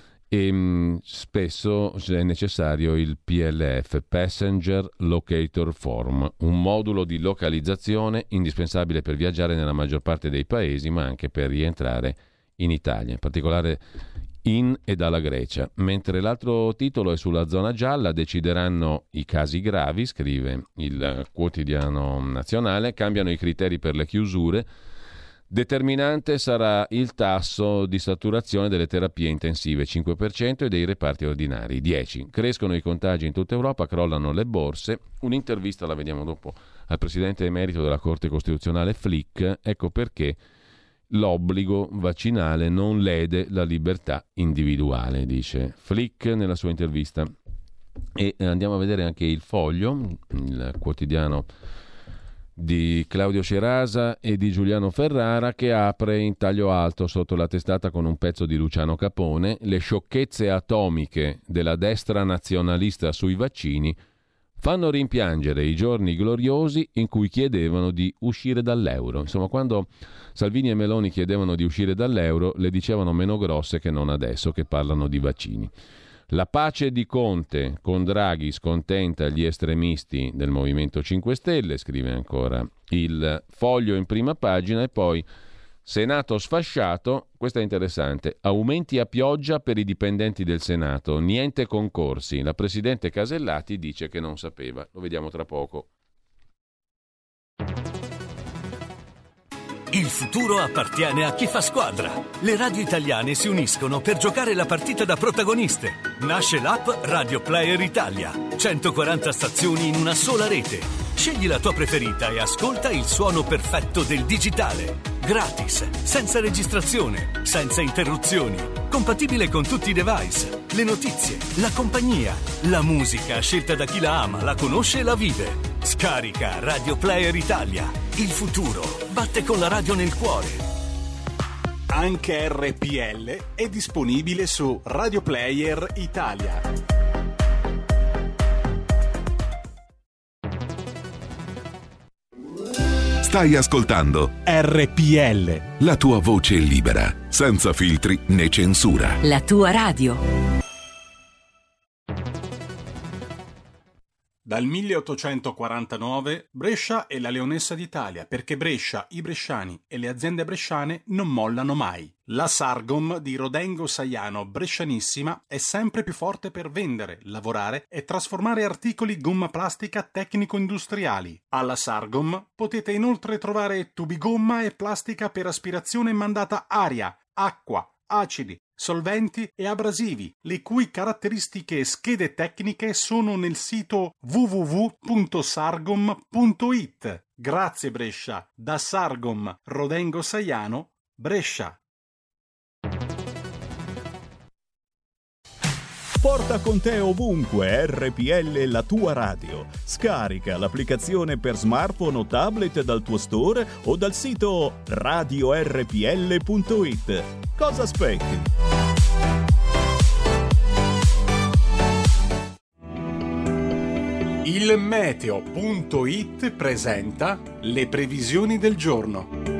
e spesso è necessario il PLF, Passenger Locator Form, un modulo di localizzazione indispensabile per viaggiare nella maggior parte dei paesi, ma anche per rientrare in Italia, in particolare in e dalla Grecia. Mentre l'altro titolo è sulla zona gialla, decideranno i casi gravi, scrive il quotidiano nazionale, cambiano i criteri per le chiusure. Determinante sarà il tasso di saturazione delle terapie intensive, 5%, e dei reparti ordinari, 10%. Crescono i contagi in tutta Europa, crollano le borse. Un'intervista, la vediamo dopo, al presidente emerito della Corte Costituzionale Flick. Ecco perché l'obbligo vaccinale non lede la libertà individuale, dice Flick nella sua intervista. E andiamo a vedere anche il Foglio, il quotidiano di Claudio Cerasa e di Giuliano Ferrara, che apre in taglio alto sotto la testata con un pezzo di Luciano Capone: le sciocchezze atomiche della destra nazionalista sui vaccini fanno rimpiangere i giorni gloriosi in cui chiedevano di uscire dall'euro. Insomma, quando Salvini e Meloni chiedevano di uscire dall'euro, le dicevano meno grosse che non adesso che parlano di vaccini. La pace di Conte con Draghi scontenta gli estremisti del Movimento 5 Stelle, scrive ancora il Foglio in prima pagina. E poi Senato sfasciato, questa è interessante, aumenti a pioggia per i dipendenti del Senato, niente concorsi. La Presidente Casellati dice che non sapeva. Lo vediamo tra poco. Il futuro appartiene a chi fa squadra. Le radio italiane si uniscono per giocare la partita da protagoniste. Nasce l'app Radio Player Italia. 140 stazioni in una sola rete. Scegli la tua preferita e ascolta il suono perfetto del digitale. Gratis, senza registrazione, senza interruzioni. Compatibile con tutti i device. Le notizie, la compagnia, la musica scelta da chi la ama, la conosce e la vive. Scarica Radio Player Italia. Il futuro batte con la radio nel cuore. Anche RPL è disponibile su Radio Player Italia. Stai ascoltando RPL, la tua voce libera, senza filtri né censura. La tua radio. Dal 1849 Brescia è la leonessa d'Italia, perché Brescia, i bresciani e le aziende bresciane non mollano mai. La Sargom di Rodengo Saiano Brescianissima è sempre più forte per vendere, lavorare e trasformare articoli gomma plastica tecnico-industriali. Alla Sargom potete inoltre trovare tubi gomma e plastica per aspirazione mandata aria, acqua, acidi, solventi e abrasivi, le cui caratteristiche e schede tecniche sono nel sito www.sargom.it. Grazie Brescia, da Sargom Rodengo Saiano, Brescia. Porta con te ovunque RPL, la tua radio. Scarica l'applicazione per smartphone o tablet dal tuo store o dal sito radiorpl.it. Cosa aspetti? Il meteo.it presenta le previsioni del giorno.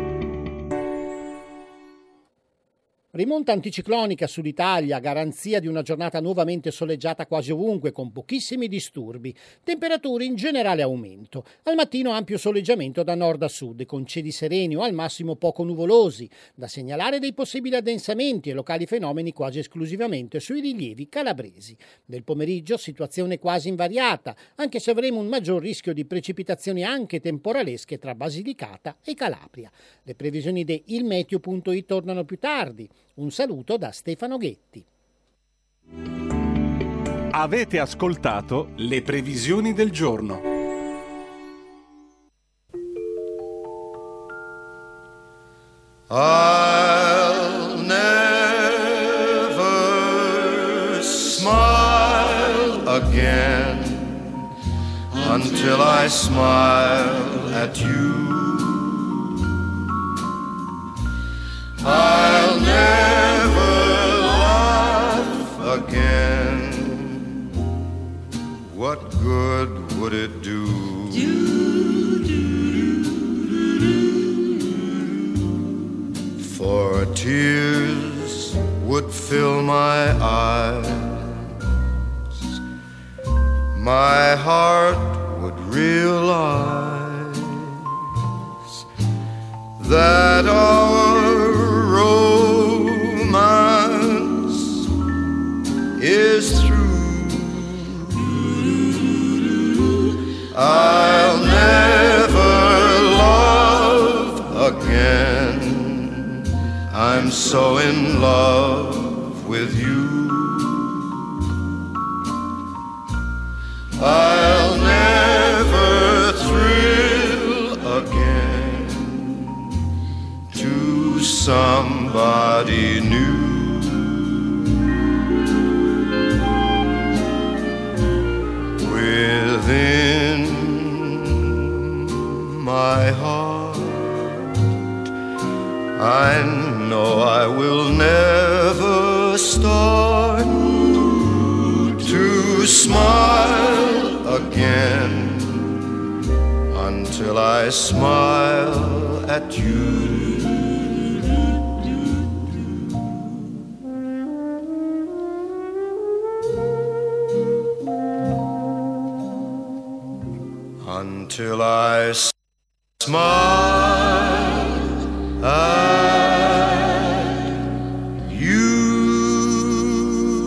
Rimonta anticiclonica sull'Italia, garanzia di una giornata nuovamente soleggiata quasi ovunque, con pochissimi disturbi. Temperature in generale aumento. Al mattino ampio soleggiamento da nord a sud, con cieli sereni o al massimo poco nuvolosi. Da segnalare dei possibili addensamenti e locali fenomeni quasi esclusivamente sui rilievi calabresi. Nel pomeriggio situazione quasi invariata, anche se avremo un maggior rischio di precipitazioni anche temporalesche tra Basilicata e Calabria. Le previsioni di ilmeteo.it tornano più tardi. Un saluto da Stefano Ghetti. Avete ascoltato le previsioni del giorno. I'll never smile again until I smile at you. I'll never laugh again. What good would it do? For tears would fill my eyes. My heart would realize that our romance is through. I'll never love again. I'm so in love with you. I'll never thrill again to somebody new. Within my heart, I know I will never start to smile again until I smile at you. Until I smile at you.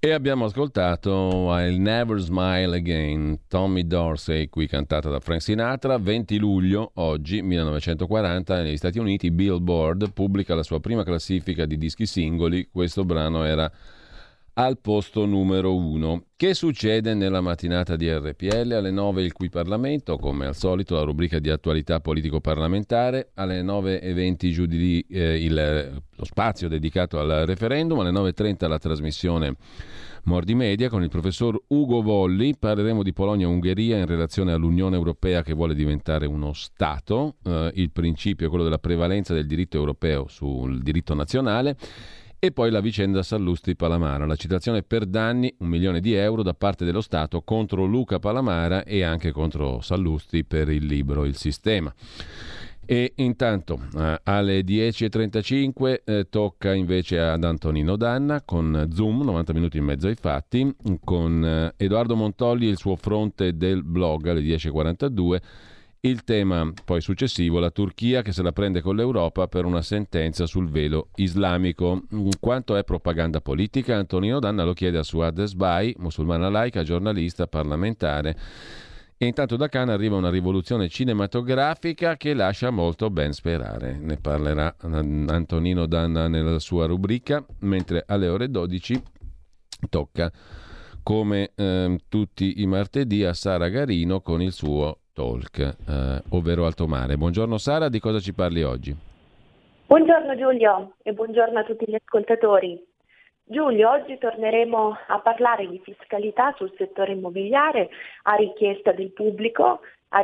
E abbiamo ascoltato I'll Never Smile Again, Tommy Dorsey, qui cantata da Frank Sinatra. 20 luglio, oggi, 1940, negli Stati Uniti, Billboard pubblica la sua prima classifica di dischi singoli. Questo brano era al posto numero 1. Che succede nella mattinata di RPL? Alle 9 il Qui Parlamento, come al solito la rubrica di attualità politico-parlamentare. Alle 9:20 giù di lì lo spazio dedicato al referendum. Alle 9:30 la trasmissione Mordi Media con il professor Ugo Volli. Parleremo di Polonia-Ungheria in relazione all'Unione Europea che vuole diventare uno Stato. Il principio è quello della prevalenza del diritto europeo sul diritto nazionale. E poi la vicenda Sallusti-Palamara, la citazione per danni, 1 milione di euro da parte dello Stato contro Luca Palamara e anche contro Sallusti per il libro Il Sistema. E intanto alle 10:35 tocca invece ad Antonino Danna con Zoom, 90 minuti e mezzo ai fatti, con Edoardo Montolli e il suo fronte del blog alle 10:42. Il tema poi successivo, la Turchia che se la prende con l'Europa per una sentenza sul velo islamico. Quanto è propaganda politica? Antonino Danna lo chiede a Suad Esbai, musulmana laica, giornalista, parlamentare. E intanto da Cannes arriva una rivoluzione cinematografica che lascia molto ben sperare. Ne parlerà Antonino Danna nella sua rubrica, mentre alle ore 12 tocca, come tutti i martedì, a Sara Garino con il suo Talk, ovvero Alto Mare. Buongiorno Sara, di cosa ci parli oggi? Buongiorno Giulio e buongiorno a tutti gli ascoltatori. Giulio, oggi torneremo a parlare di fiscalità sul settore immobiliare a richiesta del pubblico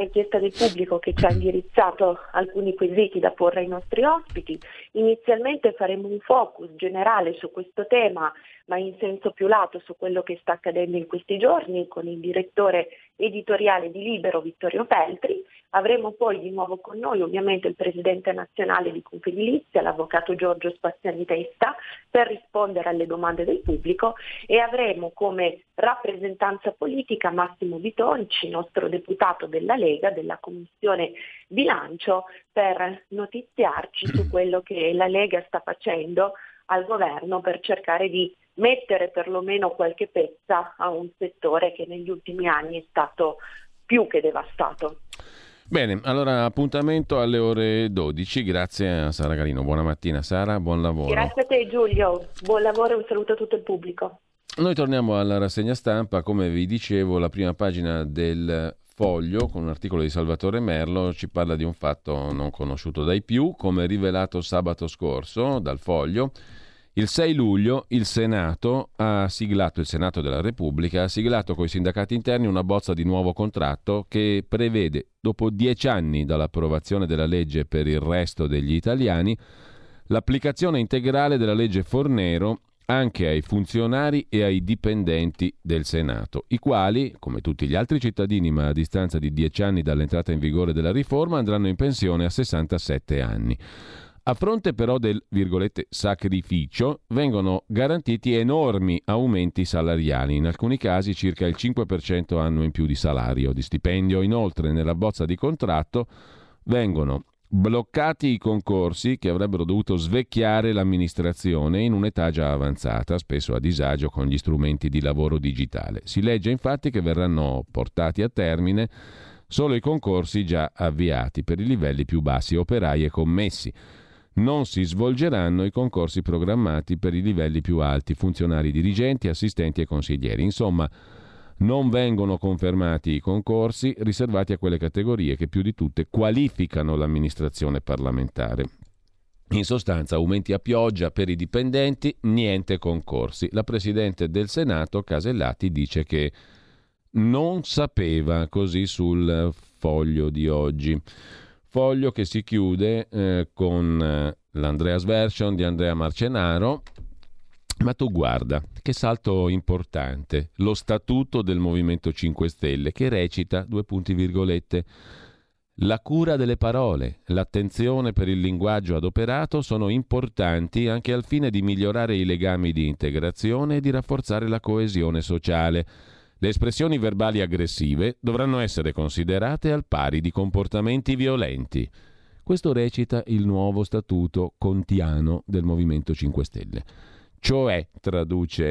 che ci ha indirizzato alcuni quesiti da porre ai nostri ospiti. Inizialmente faremo un focus generale su questo tema, ma in senso più lato su quello che sta accadendo in questi giorni con il direttore editoriale di Libero, Vittorio Feltri. Avremo poi di nuovo con noi ovviamente il presidente nazionale di Confedilizia, l'avvocato Giorgio Spaziani Testa, per rispondere alle domande del pubblico, e avremo come rappresentanza politica Massimo Bitonci, nostro deputato della Lega, della Commissione Bilancio, per notiziarci su quello che la Lega sta facendo al governo per cercare di mettere perlomeno qualche pezza a un settore che negli ultimi anni è stato più che devastato. Bene, allora appuntamento alle ore 12, grazie a Sara Garino. Buona mattina Sara, buon lavoro. Grazie a te Giulio, buon lavoro e un saluto a tutto il pubblico. Noi torniamo alla rassegna stampa, come vi dicevo, la prima pagina del Foglio con un articolo di Salvatore Merlo ci parla di un fatto non conosciuto dai più, come rivelato sabato scorso dal Foglio. Il 6 luglio il Senato della Repubblica ha siglato con i sindacati interni una bozza di nuovo contratto che prevede, dopo 10 anni dall'approvazione della legge per il resto degli italiani, l'applicazione integrale della legge Fornero anche ai funzionari e ai dipendenti del Senato, i quali, come tutti gli altri cittadini ma a distanza di 10 anni dall'entrata in vigore della riforma, andranno in pensione a 67 anni. A fronte però del, virgolette, sacrificio, vengono garantiti enormi aumenti salariali, in alcuni casi circa il 5% annuo in più di salario, di stipendio. Inoltre, nella bozza di contratto vengono bloccati i concorsi che avrebbero dovuto svecchiare l'amministrazione in un'età già avanzata, spesso a disagio con gli strumenti di lavoro digitale. Si legge infatti che verranno portati a termine solo i concorsi già avviati per i livelli più bassi, operai e commessi. Non si svolgeranno i concorsi programmati per i livelli più alti, funzionari dirigenti, assistenti e consiglieri. Insomma, non vengono confermati i concorsi riservati a quelle categorie che più di tutte qualificano l'amministrazione parlamentare. In sostanza, aumenti a pioggia per i dipendenti, niente concorsi. La Presidente del Senato, Casellati, dice che non sapeva, così sul Foglio di oggi. Foglio che si chiude con l'Andreas Version di Andrea Marcenaro. Ma tu guarda, che salto importante, lo statuto del Movimento 5 Stelle che recita, : la cura delle parole, l'attenzione per il linguaggio adoperato sono importanti anche al fine di migliorare i legami di integrazione e di rafforzare la coesione sociale. Le espressioni verbali aggressive dovranno essere considerate al pari di comportamenti violenti. Questo recita il nuovo statuto contiano del Movimento 5 Stelle. Cioè, traduce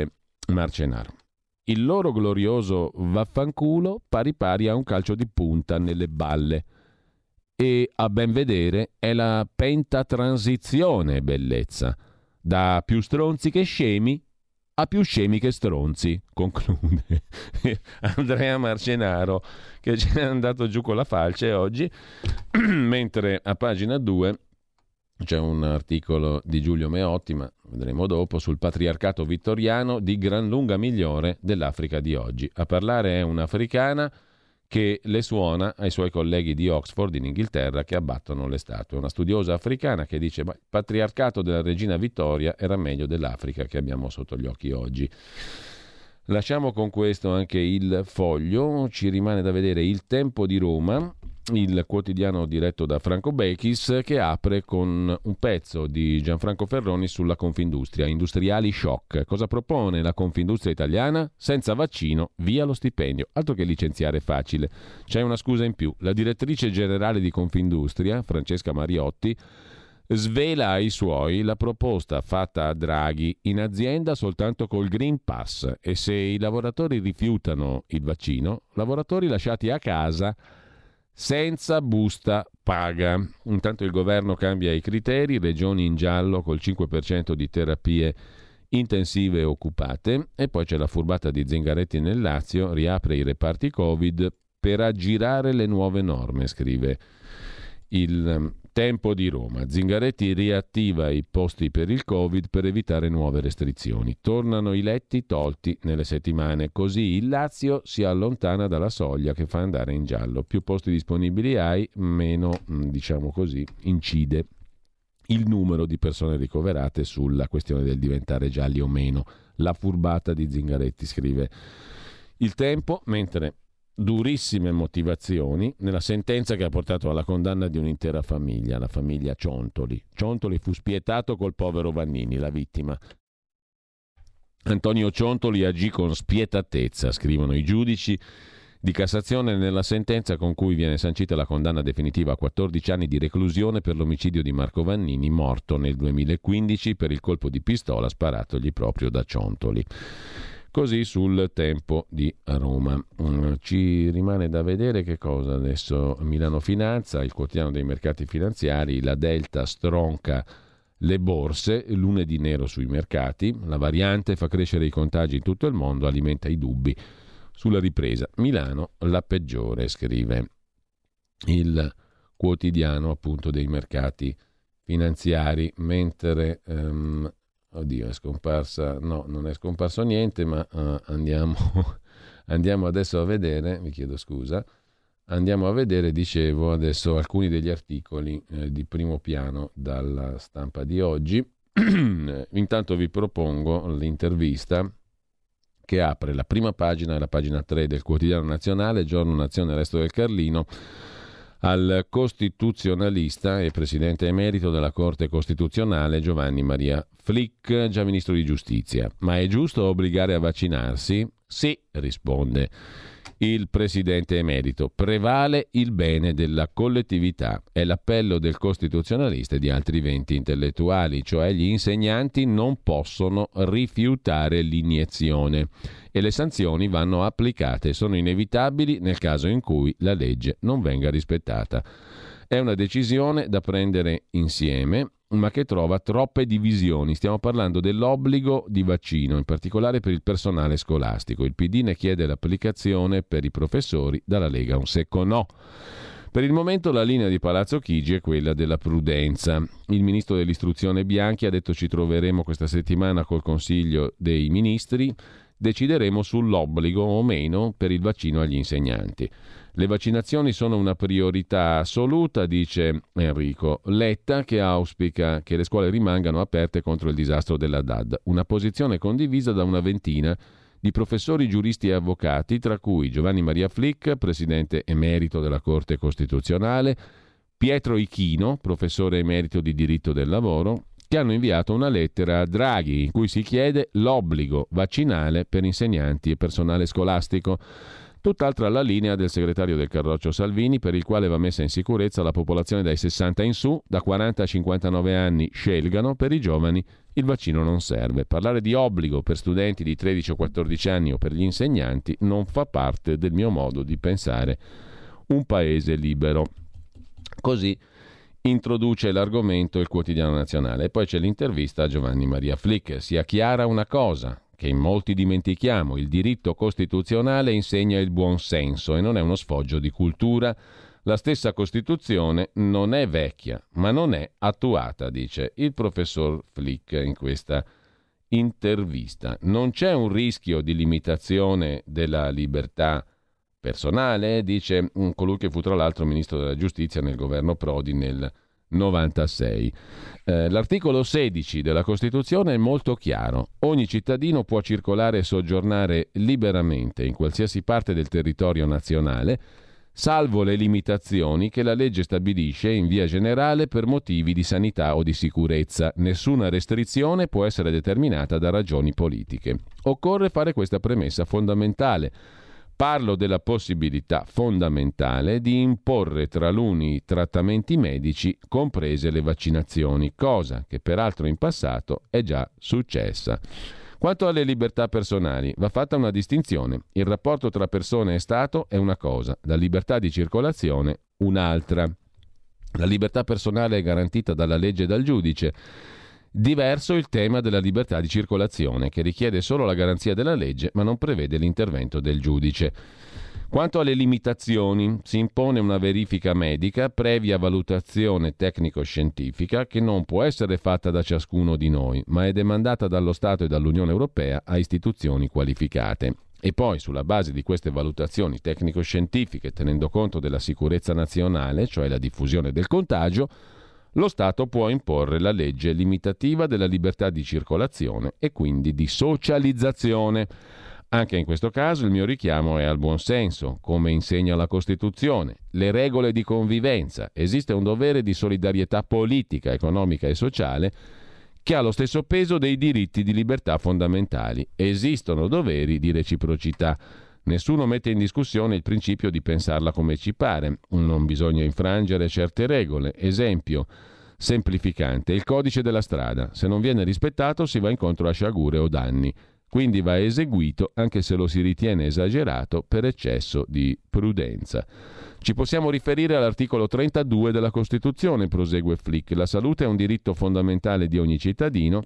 Marcenaro. Il loro glorioso vaffanculo pari pari a un calcio di punta nelle balle. E a ben vedere è la pentatransizione bellezza. Da più stronzi che scemi a più scemi che stronzi, conclude Andrea Marcenaro, che ce n'è andato giù con la falce oggi, mentre a pagina 2 c'è un articolo di Giulio Meotti, ma vedremo dopo, sul patriarcato vittoriano di gran lunga migliore dell'Africa di oggi. A parlare è un'africana che le suona ai suoi colleghi di Oxford in Inghilterra che abbattono le statue. Una studiosa africana che dice: ma il patriarcato della regina Vittoria era meglio dell'Africa che abbiamo sotto gli occhi oggi. Lasciamo con questo anche il Foglio, ci rimane da vedere Il Tempo di Roma, il quotidiano diretto da Franco Bechis, che apre con un pezzo di Gianfranco Ferroni sulla Confindustria, industriali shock. Cosa propone la Confindustria italiana? Senza vaccino, via lo stipendio. Altro che licenziare facile. C'è una scusa in più. La direttrice generale di Confindustria, Francesca Mariotti, svela ai suoi la proposta fatta a Draghi: in azienda soltanto col Green Pass, e se i lavoratori rifiutano il vaccino, lavoratori lasciati a casa senza busta paga. Intanto il governo cambia i criteri, regioni in giallo col 5% di terapie intensive occupate, e poi c'è la furbata di Zingaretti nel Lazio, riapre i reparti Covid per aggirare le nuove norme, scrive il Tempo di Roma. Zingaretti riattiva i posti per il Covid per evitare nuove restrizioni. Tornano i letti tolti nelle settimane, così il Lazio si allontana dalla soglia che fa andare in giallo. Più posti disponibili hai, meno, diciamo così, incide il numero di persone ricoverate sulla questione del diventare gialli o meno. La furbata di Zingaretti, scrive il Tempo, mentre durissime motivazioni nella sentenza che ha portato alla condanna di un'intera famiglia, la famiglia Ciontoli. Ciontoli fu spietato col povero Vannini, la vittima. Antonio Ciontoli agì con spietatezza, scrivono i giudici di Cassazione nella sentenza con cui viene sancita la condanna definitiva a 14 anni di reclusione per l'omicidio di Marco Vannini, morto nel 2015 per il colpo di pistola sparatogli proprio da Ciontoli. Così sul Tempo di Roma. Ci rimane da vedere che cosa adesso. Milano Finanza, il quotidiano dei mercati finanziari, la Delta stronca le borse, lunedì nero sui mercati, la variante fa crescere i contagi in tutto il mondo, alimenta i dubbi sulla ripresa. Milano la peggiore, scrive il quotidiano appunto dei mercati finanziari, mentre oddio, è scomparsa, no, non è scomparso niente, ma andiamo adesso a vedere, mi chiedo scusa, andiamo a vedere, dicevo, adesso alcuni degli articoli di primo piano dalla Stampa di oggi. Intanto vi propongo l'intervista che apre la prima pagina e la pagina 3 del Quotidiano Nazionale, Giorno, Nazione, Resto del Carlino, al costituzionalista e presidente emerito della Corte Costituzionale Giovanni Maria Flick, già ministro di Giustizia. Ma è giusto obbligare a vaccinarsi? Sì, risponde il presidente emerito. Prevale il bene della collettività. È l'appello del costituzionalista e di altri 20 intellettuali, cioè gli insegnanti non possono rifiutare l'iniezione e le sanzioni vanno applicate, sono inevitabili nel caso in cui la legge non venga rispettata. È una decisione da prendere insieme, ma che trova troppe divisioni. Stiamo parlando dell'obbligo di vaccino, in particolare per il personale scolastico. Il PD ne chiede l'applicazione per i professori, dalla Lega un secco no. Per il momento la linea di Palazzo Chigi è quella della prudenza. Il ministro dell'istruzione Bianchi ha detto: ci troveremo questa settimana col Consiglio dei Ministri, decideremo sull'obbligo o meno per il vaccino agli insegnanti. Le vaccinazioni sono una priorità assoluta, dice Enrico Letta, che auspica che le scuole rimangano aperte contro il disastro della DAD. Una posizione condivisa da una ventina di professori, giuristi e avvocati, tra cui Giovanni Maria Flick, presidente emerito della Corte Costituzionale, Pietro Ichino, professore emerito di diritto del lavoro, che hanno inviato una lettera a Draghi in cui si chiede l'obbligo vaccinale per insegnanti e personale scolastico. Tutt'altra la linea del segretario del Carroccio Salvini, per il quale va messa in sicurezza la popolazione dai 60 in su, da 40 a 59 anni scelgano, per i giovani il vaccino non serve. Parlare di obbligo per studenti di 13 o 14 anni o per gli insegnanti non fa parte del mio modo di pensare un paese libero. Così introduce l'argomento il Quotidiano Nazionale. E poi c'è l'intervista a Giovanni Maria Flick. Sia chiara una cosa, che in molti dimentichiamo: il diritto costituzionale insegna il buon senso e non è uno sfoggio di cultura. La stessa Costituzione non è vecchia, ma non è attuata, dice il professor Flick in questa intervista. Non c'è un rischio di limitazione della libertà personale, dice colui che fu tra l'altro ministro della giustizia nel governo Prodi nel 96. L'articolo 16 della Costituzione è molto chiaro: ogni cittadino può circolare e soggiornare liberamente in qualsiasi parte del territorio nazionale, salvo le limitazioni che la legge stabilisce in via generale per motivi di sanità o di sicurezza. Nessuna restrizione può essere determinata da ragioni politiche. Occorre fare questa premessa fondamentale. Parlo della possibilità fondamentale di imporre taluni trattamenti medici, comprese le vaccinazioni, cosa che peraltro in passato è già successa. Quanto alle libertà personali, va fatta una distinzione. Il rapporto tra persone e Stato è una cosa, la libertà di circolazione un'altra. La libertà personale è garantita dalla legge e dal giudice. Diverso il tema della libertà di circolazione, che richiede solo la garanzia della legge, ma non prevede l'intervento del giudice. Quanto alle limitazioni, si impone una verifica medica previa valutazione tecnico-scientifica che non può essere fatta da ciascuno di noi, ma è demandata dallo Stato e dall'Unione Europea a istituzioni qualificate. E poi, sulla base di queste valutazioni tecnico-scientifiche, tenendo conto della sicurezza nazionale, cioè la diffusione del contagio, lo Stato può imporre la legge limitativa della libertà di circolazione e quindi di socializzazione. Anche in questo caso il mio richiamo è al buonsenso, come insegna la Costituzione. Le regole di convivenza. Esiste un dovere di solidarietà politica, economica e sociale che ha lo stesso peso dei diritti di libertà fondamentali. Esistono doveri di reciprocità. Nessuno mette in discussione il principio di pensarla come ci pare. Non bisogna infrangere certe regole. Esempio semplificante: il codice della strada. Se non viene rispettato si va incontro a sciagure o danni. Quindi va eseguito anche se lo si ritiene esagerato per eccesso di prudenza. Ci possiamo riferire all'articolo 32 della Costituzione, prosegue Flick. La salute è un diritto fondamentale di ogni cittadino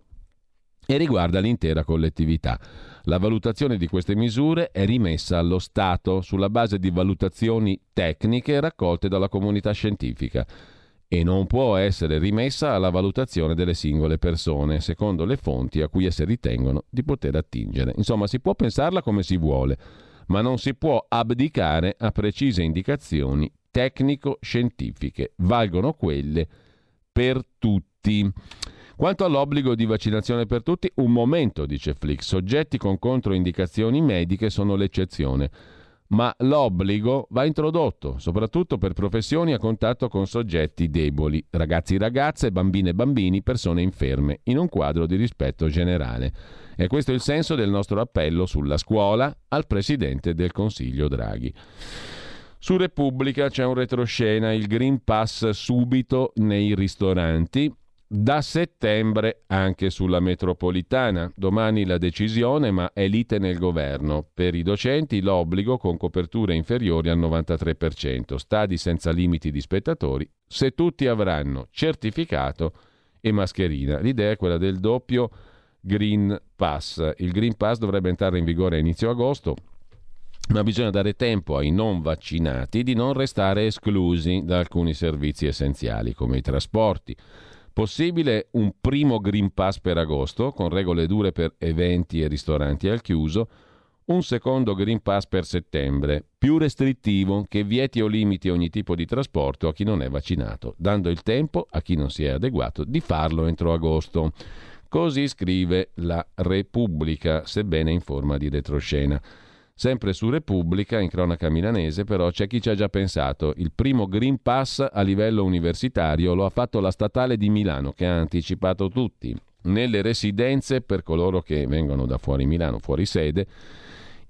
e riguarda l'intera collettività. La valutazione di queste misure è rimessa allo Stato sulla base di valutazioni tecniche raccolte dalla comunità scientifica e non può essere rimessa alla valutazione delle singole persone, secondo le fonti a cui esse ritengono di poter attingere. Insomma, si può pensarla come si vuole, ma non si può abdicare a precise indicazioni tecnico-scientifiche. Valgono quelle per tutti. Quanto all'obbligo di vaccinazione per tutti, un momento, dice Flick, soggetti con controindicazioni mediche sono l'eccezione, ma l'obbligo va introdotto, soprattutto per professioni a contatto con soggetti deboli, ragazzi, ragazze, bambine e bambini, persone inferme, in un quadro di rispetto generale. E questo è il senso del nostro appello sulla scuola al Presidente del Consiglio Draghi. Su Repubblica c'è un retroscena, il Green Pass subito nei ristoranti. Da settembre anche sulla metropolitana. Domani la decisione, ma è lite nel governo. Per i docenti l'obbligo con coperture inferiori al 93%. Stadi senza limiti di spettatori, se tutti avranno certificato e mascherina. L'idea è quella del doppio Green Pass. Il Green Pass dovrebbe entrare in vigore a inizio agosto, ma bisogna dare tempo ai non vaccinati di non restare esclusi da alcuni servizi essenziali, come i trasporti. Possibile un primo Green Pass per agosto, con regole dure per eventi e ristoranti al chiuso, un secondo Green Pass per settembre, più restrittivo, che vieti o limiti ogni tipo di trasporto a chi non è vaccinato, dando il tempo a chi non si è adeguato di farlo entro agosto. Così scrive la Repubblica, sebbene in forma di retroscena. Sempre su Repubblica, in cronaca milanese, però c'è chi ci ha già pensato. Il primo Green Pass a livello universitario lo ha fatto la Statale di Milano, che ha anticipato tutti. Nelle residenze, per coloro che vengono da fuori Milano, fuori sede,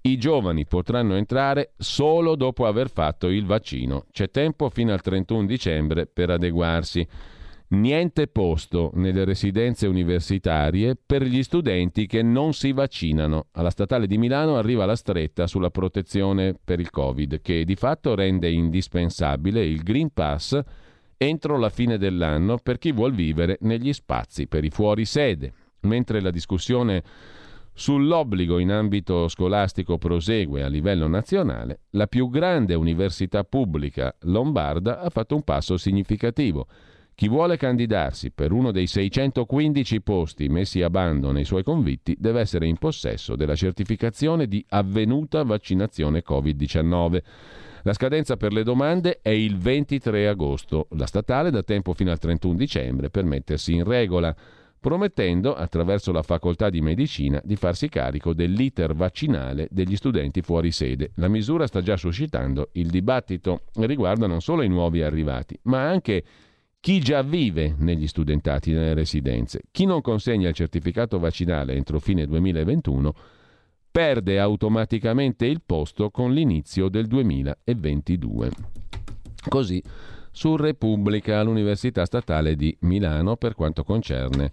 I giovani potranno entrare solo dopo aver fatto il vaccino. C'è tempo fino al 31 dicembre per adeguarsi. Niente posto nelle residenze universitarie per gli studenti che non si vaccinano. Alla Statale di Milano arriva la stretta sulla protezione per il Covid, che di fatto rende indispensabile il Green Pass entro la fine dell'anno per chi vuol vivere negli spazi per i fuorisede. Mentre la discussione sull'obbligo in ambito scolastico prosegue a livello nazionale, la più grande università pubblica lombarda ha fatto un passo significativo. Chi vuole candidarsi per uno dei 615 posti messi a bando nei suoi convitti deve essere in possesso della certificazione di avvenuta vaccinazione Covid-19. La scadenza per le domande è il 23 agosto. La statale dà tempo fino al 31 dicembre per mettersi in regola, promettendo, attraverso la facoltà di medicina, di farsi carico dell'iter vaccinale degli studenti fuori sede. La misura sta già suscitando il dibattito e riguarda non solo i nuovi arrivati, ma anche chi già vive negli studentati nelle residenze. Chi non consegna il certificato vaccinale entro fine 2021 perde automaticamente il posto con l'inizio del 2022. Così su Repubblica, l'Università Statale di Milano, per quanto concerne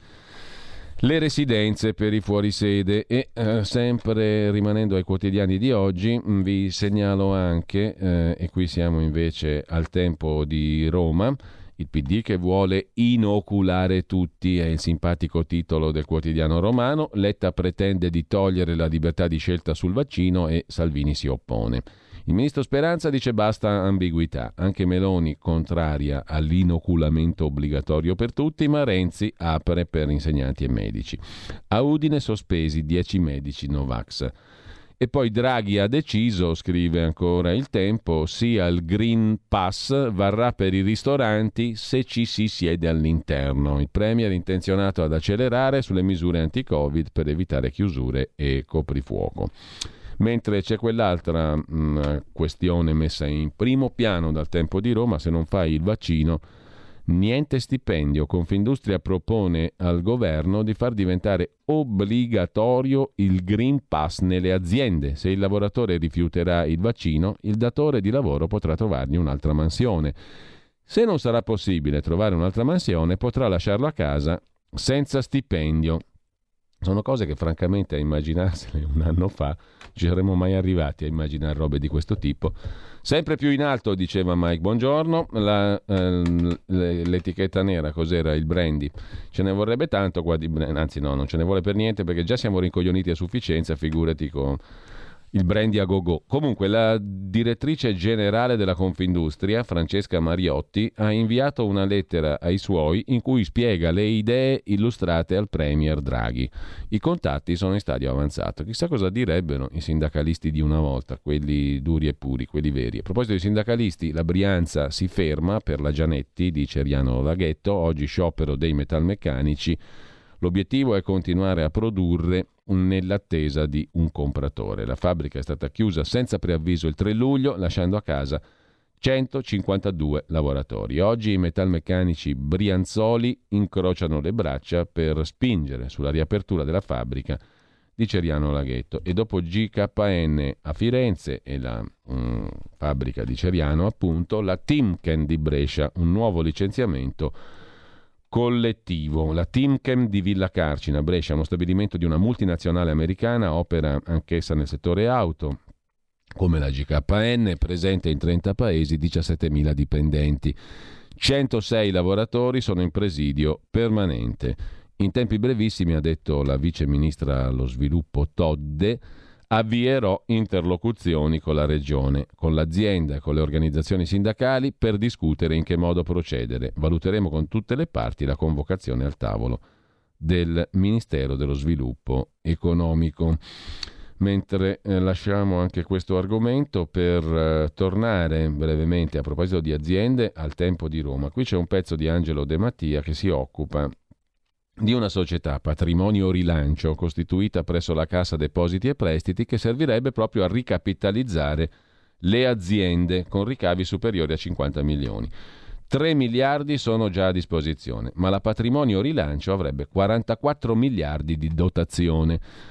le residenze per i fuorisede. E sempre rimanendo ai quotidiani di oggi, vi segnalo anche, e qui siamo invece al Tempo di Roma, il PD che vuole inoculare tutti, è il simpatico titolo del quotidiano romano. Letta pretende di togliere la libertà di scelta sul vaccino e Salvini si oppone. Il ministro Speranza dice basta ambiguità, anche Meloni contraria all'inoculamento obbligatorio per tutti, ma Renzi apre per insegnanti e medici. A Udine sospesi 10 medici Novax. E poi Draghi ha deciso, scrive ancora il Tempo, sì al Green Pass, varrà per i ristoranti se ci si siede all'interno. Il Premier è intenzionato ad accelerare sulle misure anti-Covid per evitare chiusure e coprifuoco. Mentre c'è quell'altra questione messa in primo piano dal Tempo di Roma: se non fai il vaccino niente stipendio. Confindustria propone al governo di far diventare obbligatorio il Green Pass nelle aziende. Se il lavoratore rifiuterà il vaccino, il datore di lavoro potrà trovargli un'altra mansione. Se non sarà possibile trovare un'altra mansione, potrà lasciarlo a casa senza stipendio. Sono cose che francamente a immaginarsene un anno fa ci saremmo mai arrivati a immaginare robe di questo tipo. Sempre più in alto, diceva Mike Buongiorno, l'etichetta nera, cos'era? Il brandy. Ce ne vorrebbe tanto qua anzi no, non ce ne vuole per niente, perché già siamo rincoglioniti a sufficienza, figurati con il brandy a go-go. Comunque la direttrice generale della Confindustria, Francesca Mariotti, ha inviato una lettera ai suoi in cui spiega le idee illustrate al Premier Draghi. I contatti sono in stadio avanzato. Chissà cosa direbbero i sindacalisti di una volta, quelli duri e puri, quelli veri. A proposito di sindacalisti, la Brianza si ferma per la Gianetti, dice Riano Laghetto, oggi sciopero dei metalmeccanici. L'obiettivo è continuare a produrre nell'attesa di un compratore. La fabbrica è stata chiusa senza preavviso il 3 luglio, lasciando a casa 152 lavoratori. Oggi i metalmeccanici brianzoli incrociano le braccia per spingere sulla riapertura della fabbrica, dice Riano Laghetto. E dopo GKN a Firenze e la fabbrica di Ceriano, appunto, la Timken di Brescia, un nuovo licenziamento collettivo. La Timken di Villa Carcina, Brescia, uno stabilimento di una multinazionale americana, opera anch'essa nel settore auto, come la GKN, presente in 30 paesi, 17.000 dipendenti. 106 lavoratori sono in presidio permanente. In tempi brevissimi, ha detto la vice ministra allo sviluppo Todde, avvierò interlocuzioni con la regione, con l'azienda e con le organizzazioni sindacali per discutere in che modo procedere. Valuteremo con tutte le parti la convocazione al tavolo del Ministero dello Sviluppo Economico. Mentre lasciamo anche questo argomento per tornare brevemente, a proposito di aziende, al Tempo di Roma. Qui c'è un pezzo di Angelo De Mattia che si occupa di una società Patrimonio Rilancio costituita presso la Cassa Depositi e Prestiti, che servirebbe proprio a ricapitalizzare le aziende con ricavi superiori a 50 milioni. 3 miliardi sono già a disposizione, ma la Patrimonio Rilancio avrebbe 44 miliardi di dotazione.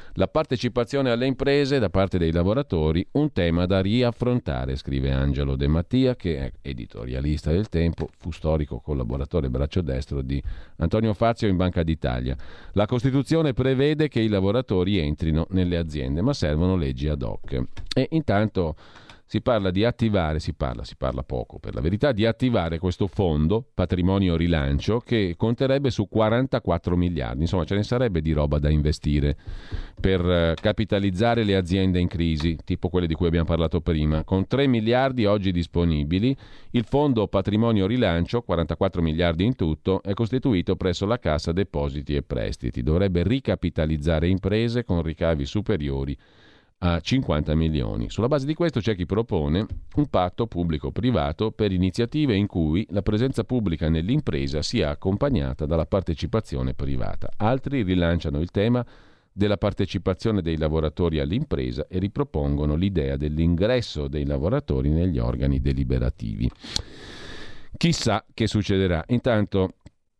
La partecipazione alle imprese da parte dei lavoratori, un tema da riaffrontare, scrive Angelo De Mattia, che è editorialista del Tempo, fu storico collaboratore braccio destro di Antonio Fazio in Banca d'Italia. La Costituzione prevede che i lavoratori entrino nelle aziende, ma servono leggi ad hoc. E intanto si parla di attivare, si parla poco per la verità, di attivare questo fondo patrimonio rilancio che conterebbe su 44 miliardi. Insomma, ce ne sarebbe di roba da investire per capitalizzare le aziende in crisi, tipo quelle di cui abbiamo parlato prima. Con 3 miliardi oggi disponibili, il fondo patrimonio rilancio, 44 miliardi in tutto, è costituito presso la Cassa Depositi e Prestiti. Dovrebbe ricapitalizzare imprese con ricavi superiori a 50 milioni. Sulla base di questo c'è chi propone un patto pubblico-privato per iniziative in cui la presenza pubblica nell'impresa sia accompagnata dalla partecipazione privata. Altri rilanciano il tema della partecipazione dei lavoratori all'impresa e ripropongono l'idea dell'ingresso dei lavoratori negli organi deliberativi. Chissà che succederà. Intanto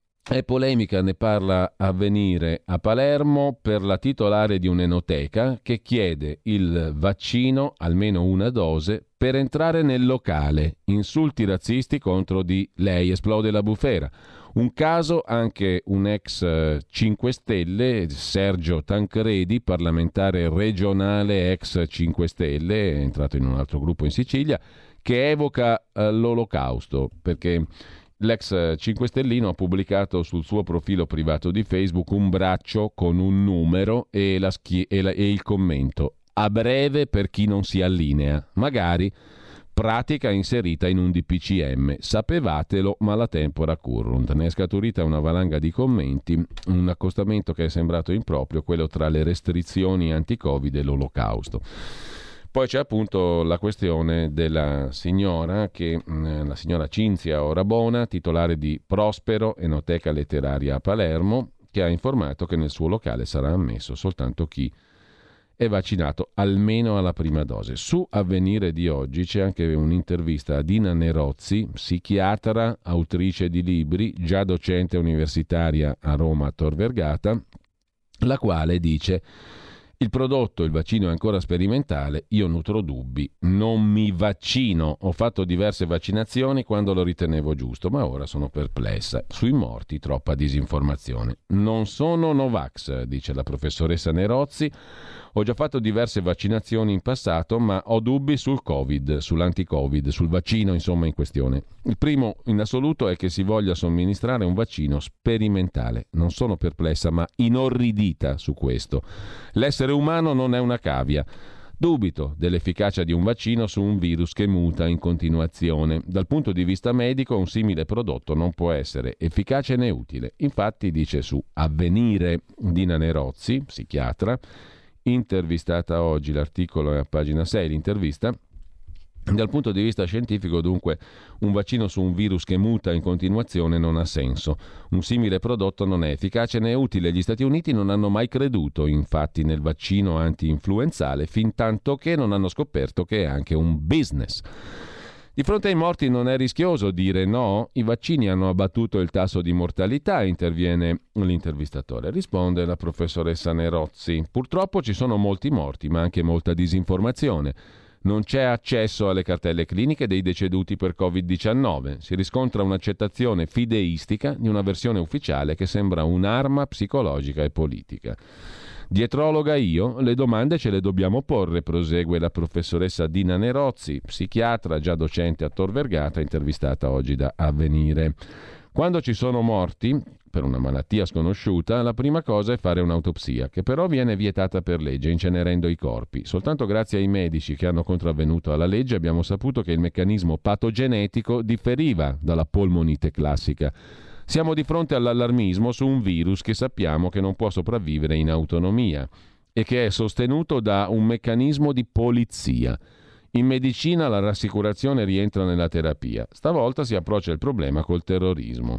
è polemica, ne parla Avvenire a Palermo, per la titolare di un'enoteca che chiede il vaccino, almeno una dose, per entrare nel locale. Insulti razzisti contro di lei, esplode la bufera. Un caso anche un ex 5 Stelle, Sergio Tancredi, parlamentare regionale ex 5 Stelle, è entrato in un altro gruppo in Sicilia, che evoca l'Olocausto, perché l'ex 5 Stellino ha pubblicato sul suo profilo privato di Facebook un braccio con un numero e il commento: a breve per chi non si allinea, magari pratica inserita in un DPCM, sapevatelo ma la tempora currunt. Ne è scaturita una valanga di commenti, un accostamento che è sembrato improprio, quello tra le restrizioni anti-Covid e l'Olocausto. Poi c'è appunto la questione della signora, la signora Cinzia Orabona, titolare di Prospero, enoteca letteraria a Palermo, che ha informato che nel suo locale sarà ammesso soltanto chi è vaccinato almeno alla prima dose. Su Avvenire di oggi c'è anche un'intervista a Dina Nerozzi, psichiatra, autrice di libri, già docente universitaria a Roma Tor Vergata, la quale dice: il prodotto, il vaccino è ancora sperimentale, io nutro dubbi, non mi vaccino, ho fatto diverse vaccinazioni quando lo ritenevo giusto, ma ora sono perplessa. Sui morti troppa disinformazione. Non sono Novax, dice la professoressa Nerozzi, ho già fatto diverse vaccinazioni in passato, ma ho dubbi sul Covid, sull'anti-Covid, sul vaccino insomma in questione. Il primo in assoluto è che si voglia somministrare un vaccino sperimentale. Non sono perplessa, ma inorridita su questo. L'essere umano non è una cavia. Dubito dell'efficacia di un vaccino su un virus che muta in continuazione. Dal punto di vista medico un simile prodotto non può essere efficace né utile. Infatti, dice su Avvenire Dina Nerozzi, psichiatra, intervistata oggi, l'articolo è a pagina 6, l'intervista. Dal punto di vista scientifico, dunque, un vaccino su un virus che muta in continuazione non ha senso. Un simile prodotto non è efficace né utile. Gli Stati Uniti non hanno mai creduto, infatti, nel vaccino anti-influenzale, fin tanto che non hanno scoperto che è anche un business. Di fronte ai morti non è rischioso dire no? I vaccini hanno abbattuto il tasso di mortalità, interviene l'intervistatore. Risponde la professoressa Nerozzi. Purtroppo ci sono molti morti, ma anche molta disinformazione. Non c'è accesso alle cartelle cliniche dei deceduti per Covid-19. Si riscontra un'accettazione fideistica di una versione ufficiale che sembra un'arma psicologica e politica. Dietrologa io, le domande ce le dobbiamo porre, prosegue la professoressa Dina Nerozzi, psichiatra, già docente a Tor Vergata, intervistata oggi da Avvenire. Quando ci sono morti per una malattia sconosciuta, la prima cosa è fare un'autopsia, che però viene vietata per legge, incenerendo i corpi. Soltanto grazie ai medici che hanno contravvenuto alla legge abbiamo saputo che il meccanismo patogenetico differiva dalla polmonite classica. Siamo di fronte all'allarmismo su un virus che sappiamo che non può sopravvivere in autonomia e che è sostenuto da un meccanismo di polizia. In medicina la rassicurazione rientra nella terapia. Stavolta si approccia il problema col terrorismo.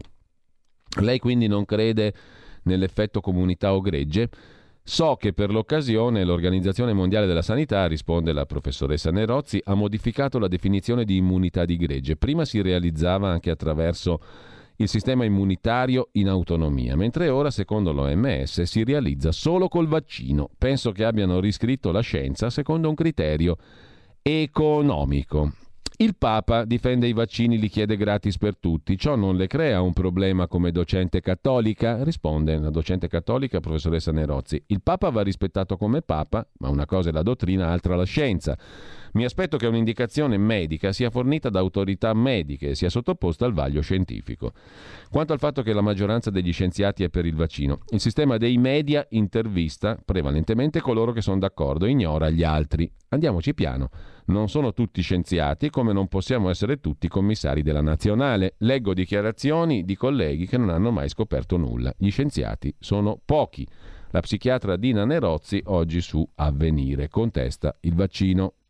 Lei quindi non crede nell'effetto comunità o gregge? So che per l'occasione l'Organizzazione Mondiale della Sanità, risponde la professoressa Nerozzi, ha modificato la definizione di immunità di gregge. Prima si realizzava anche attraverso il sistema immunitario in autonomia, mentre ora, secondo l'OMS, si realizza solo col vaccino. Penso che abbiano riscritto la scienza secondo un criterio economico. Il Papa difende i vaccini, li chiede gratis per tutti. Ciò non le crea un problema come docente cattolica? Risponde la docente cattolica, professoressa Nerozzi. Il Papa va rispettato come Papa, ma una cosa è la dottrina, altra la scienza. Mi aspetto che un'indicazione medica sia fornita da autorità mediche e sia sottoposta al vaglio scientifico. Quanto al fatto che la maggioranza degli scienziati è per il vaccino, il sistema dei media intervista prevalentemente coloro che sono d'accordo, ignora gli altri. Andiamoci piano. Non sono tutti scienziati, come non possiamo essere tutti commissari della nazionale. Leggo dichiarazioni di colleghi che non hanno mai scoperto nulla. Gli scienziati sono pochi. La psichiatra Dina Nerozzi oggi su Avvenire contesta il vaccino.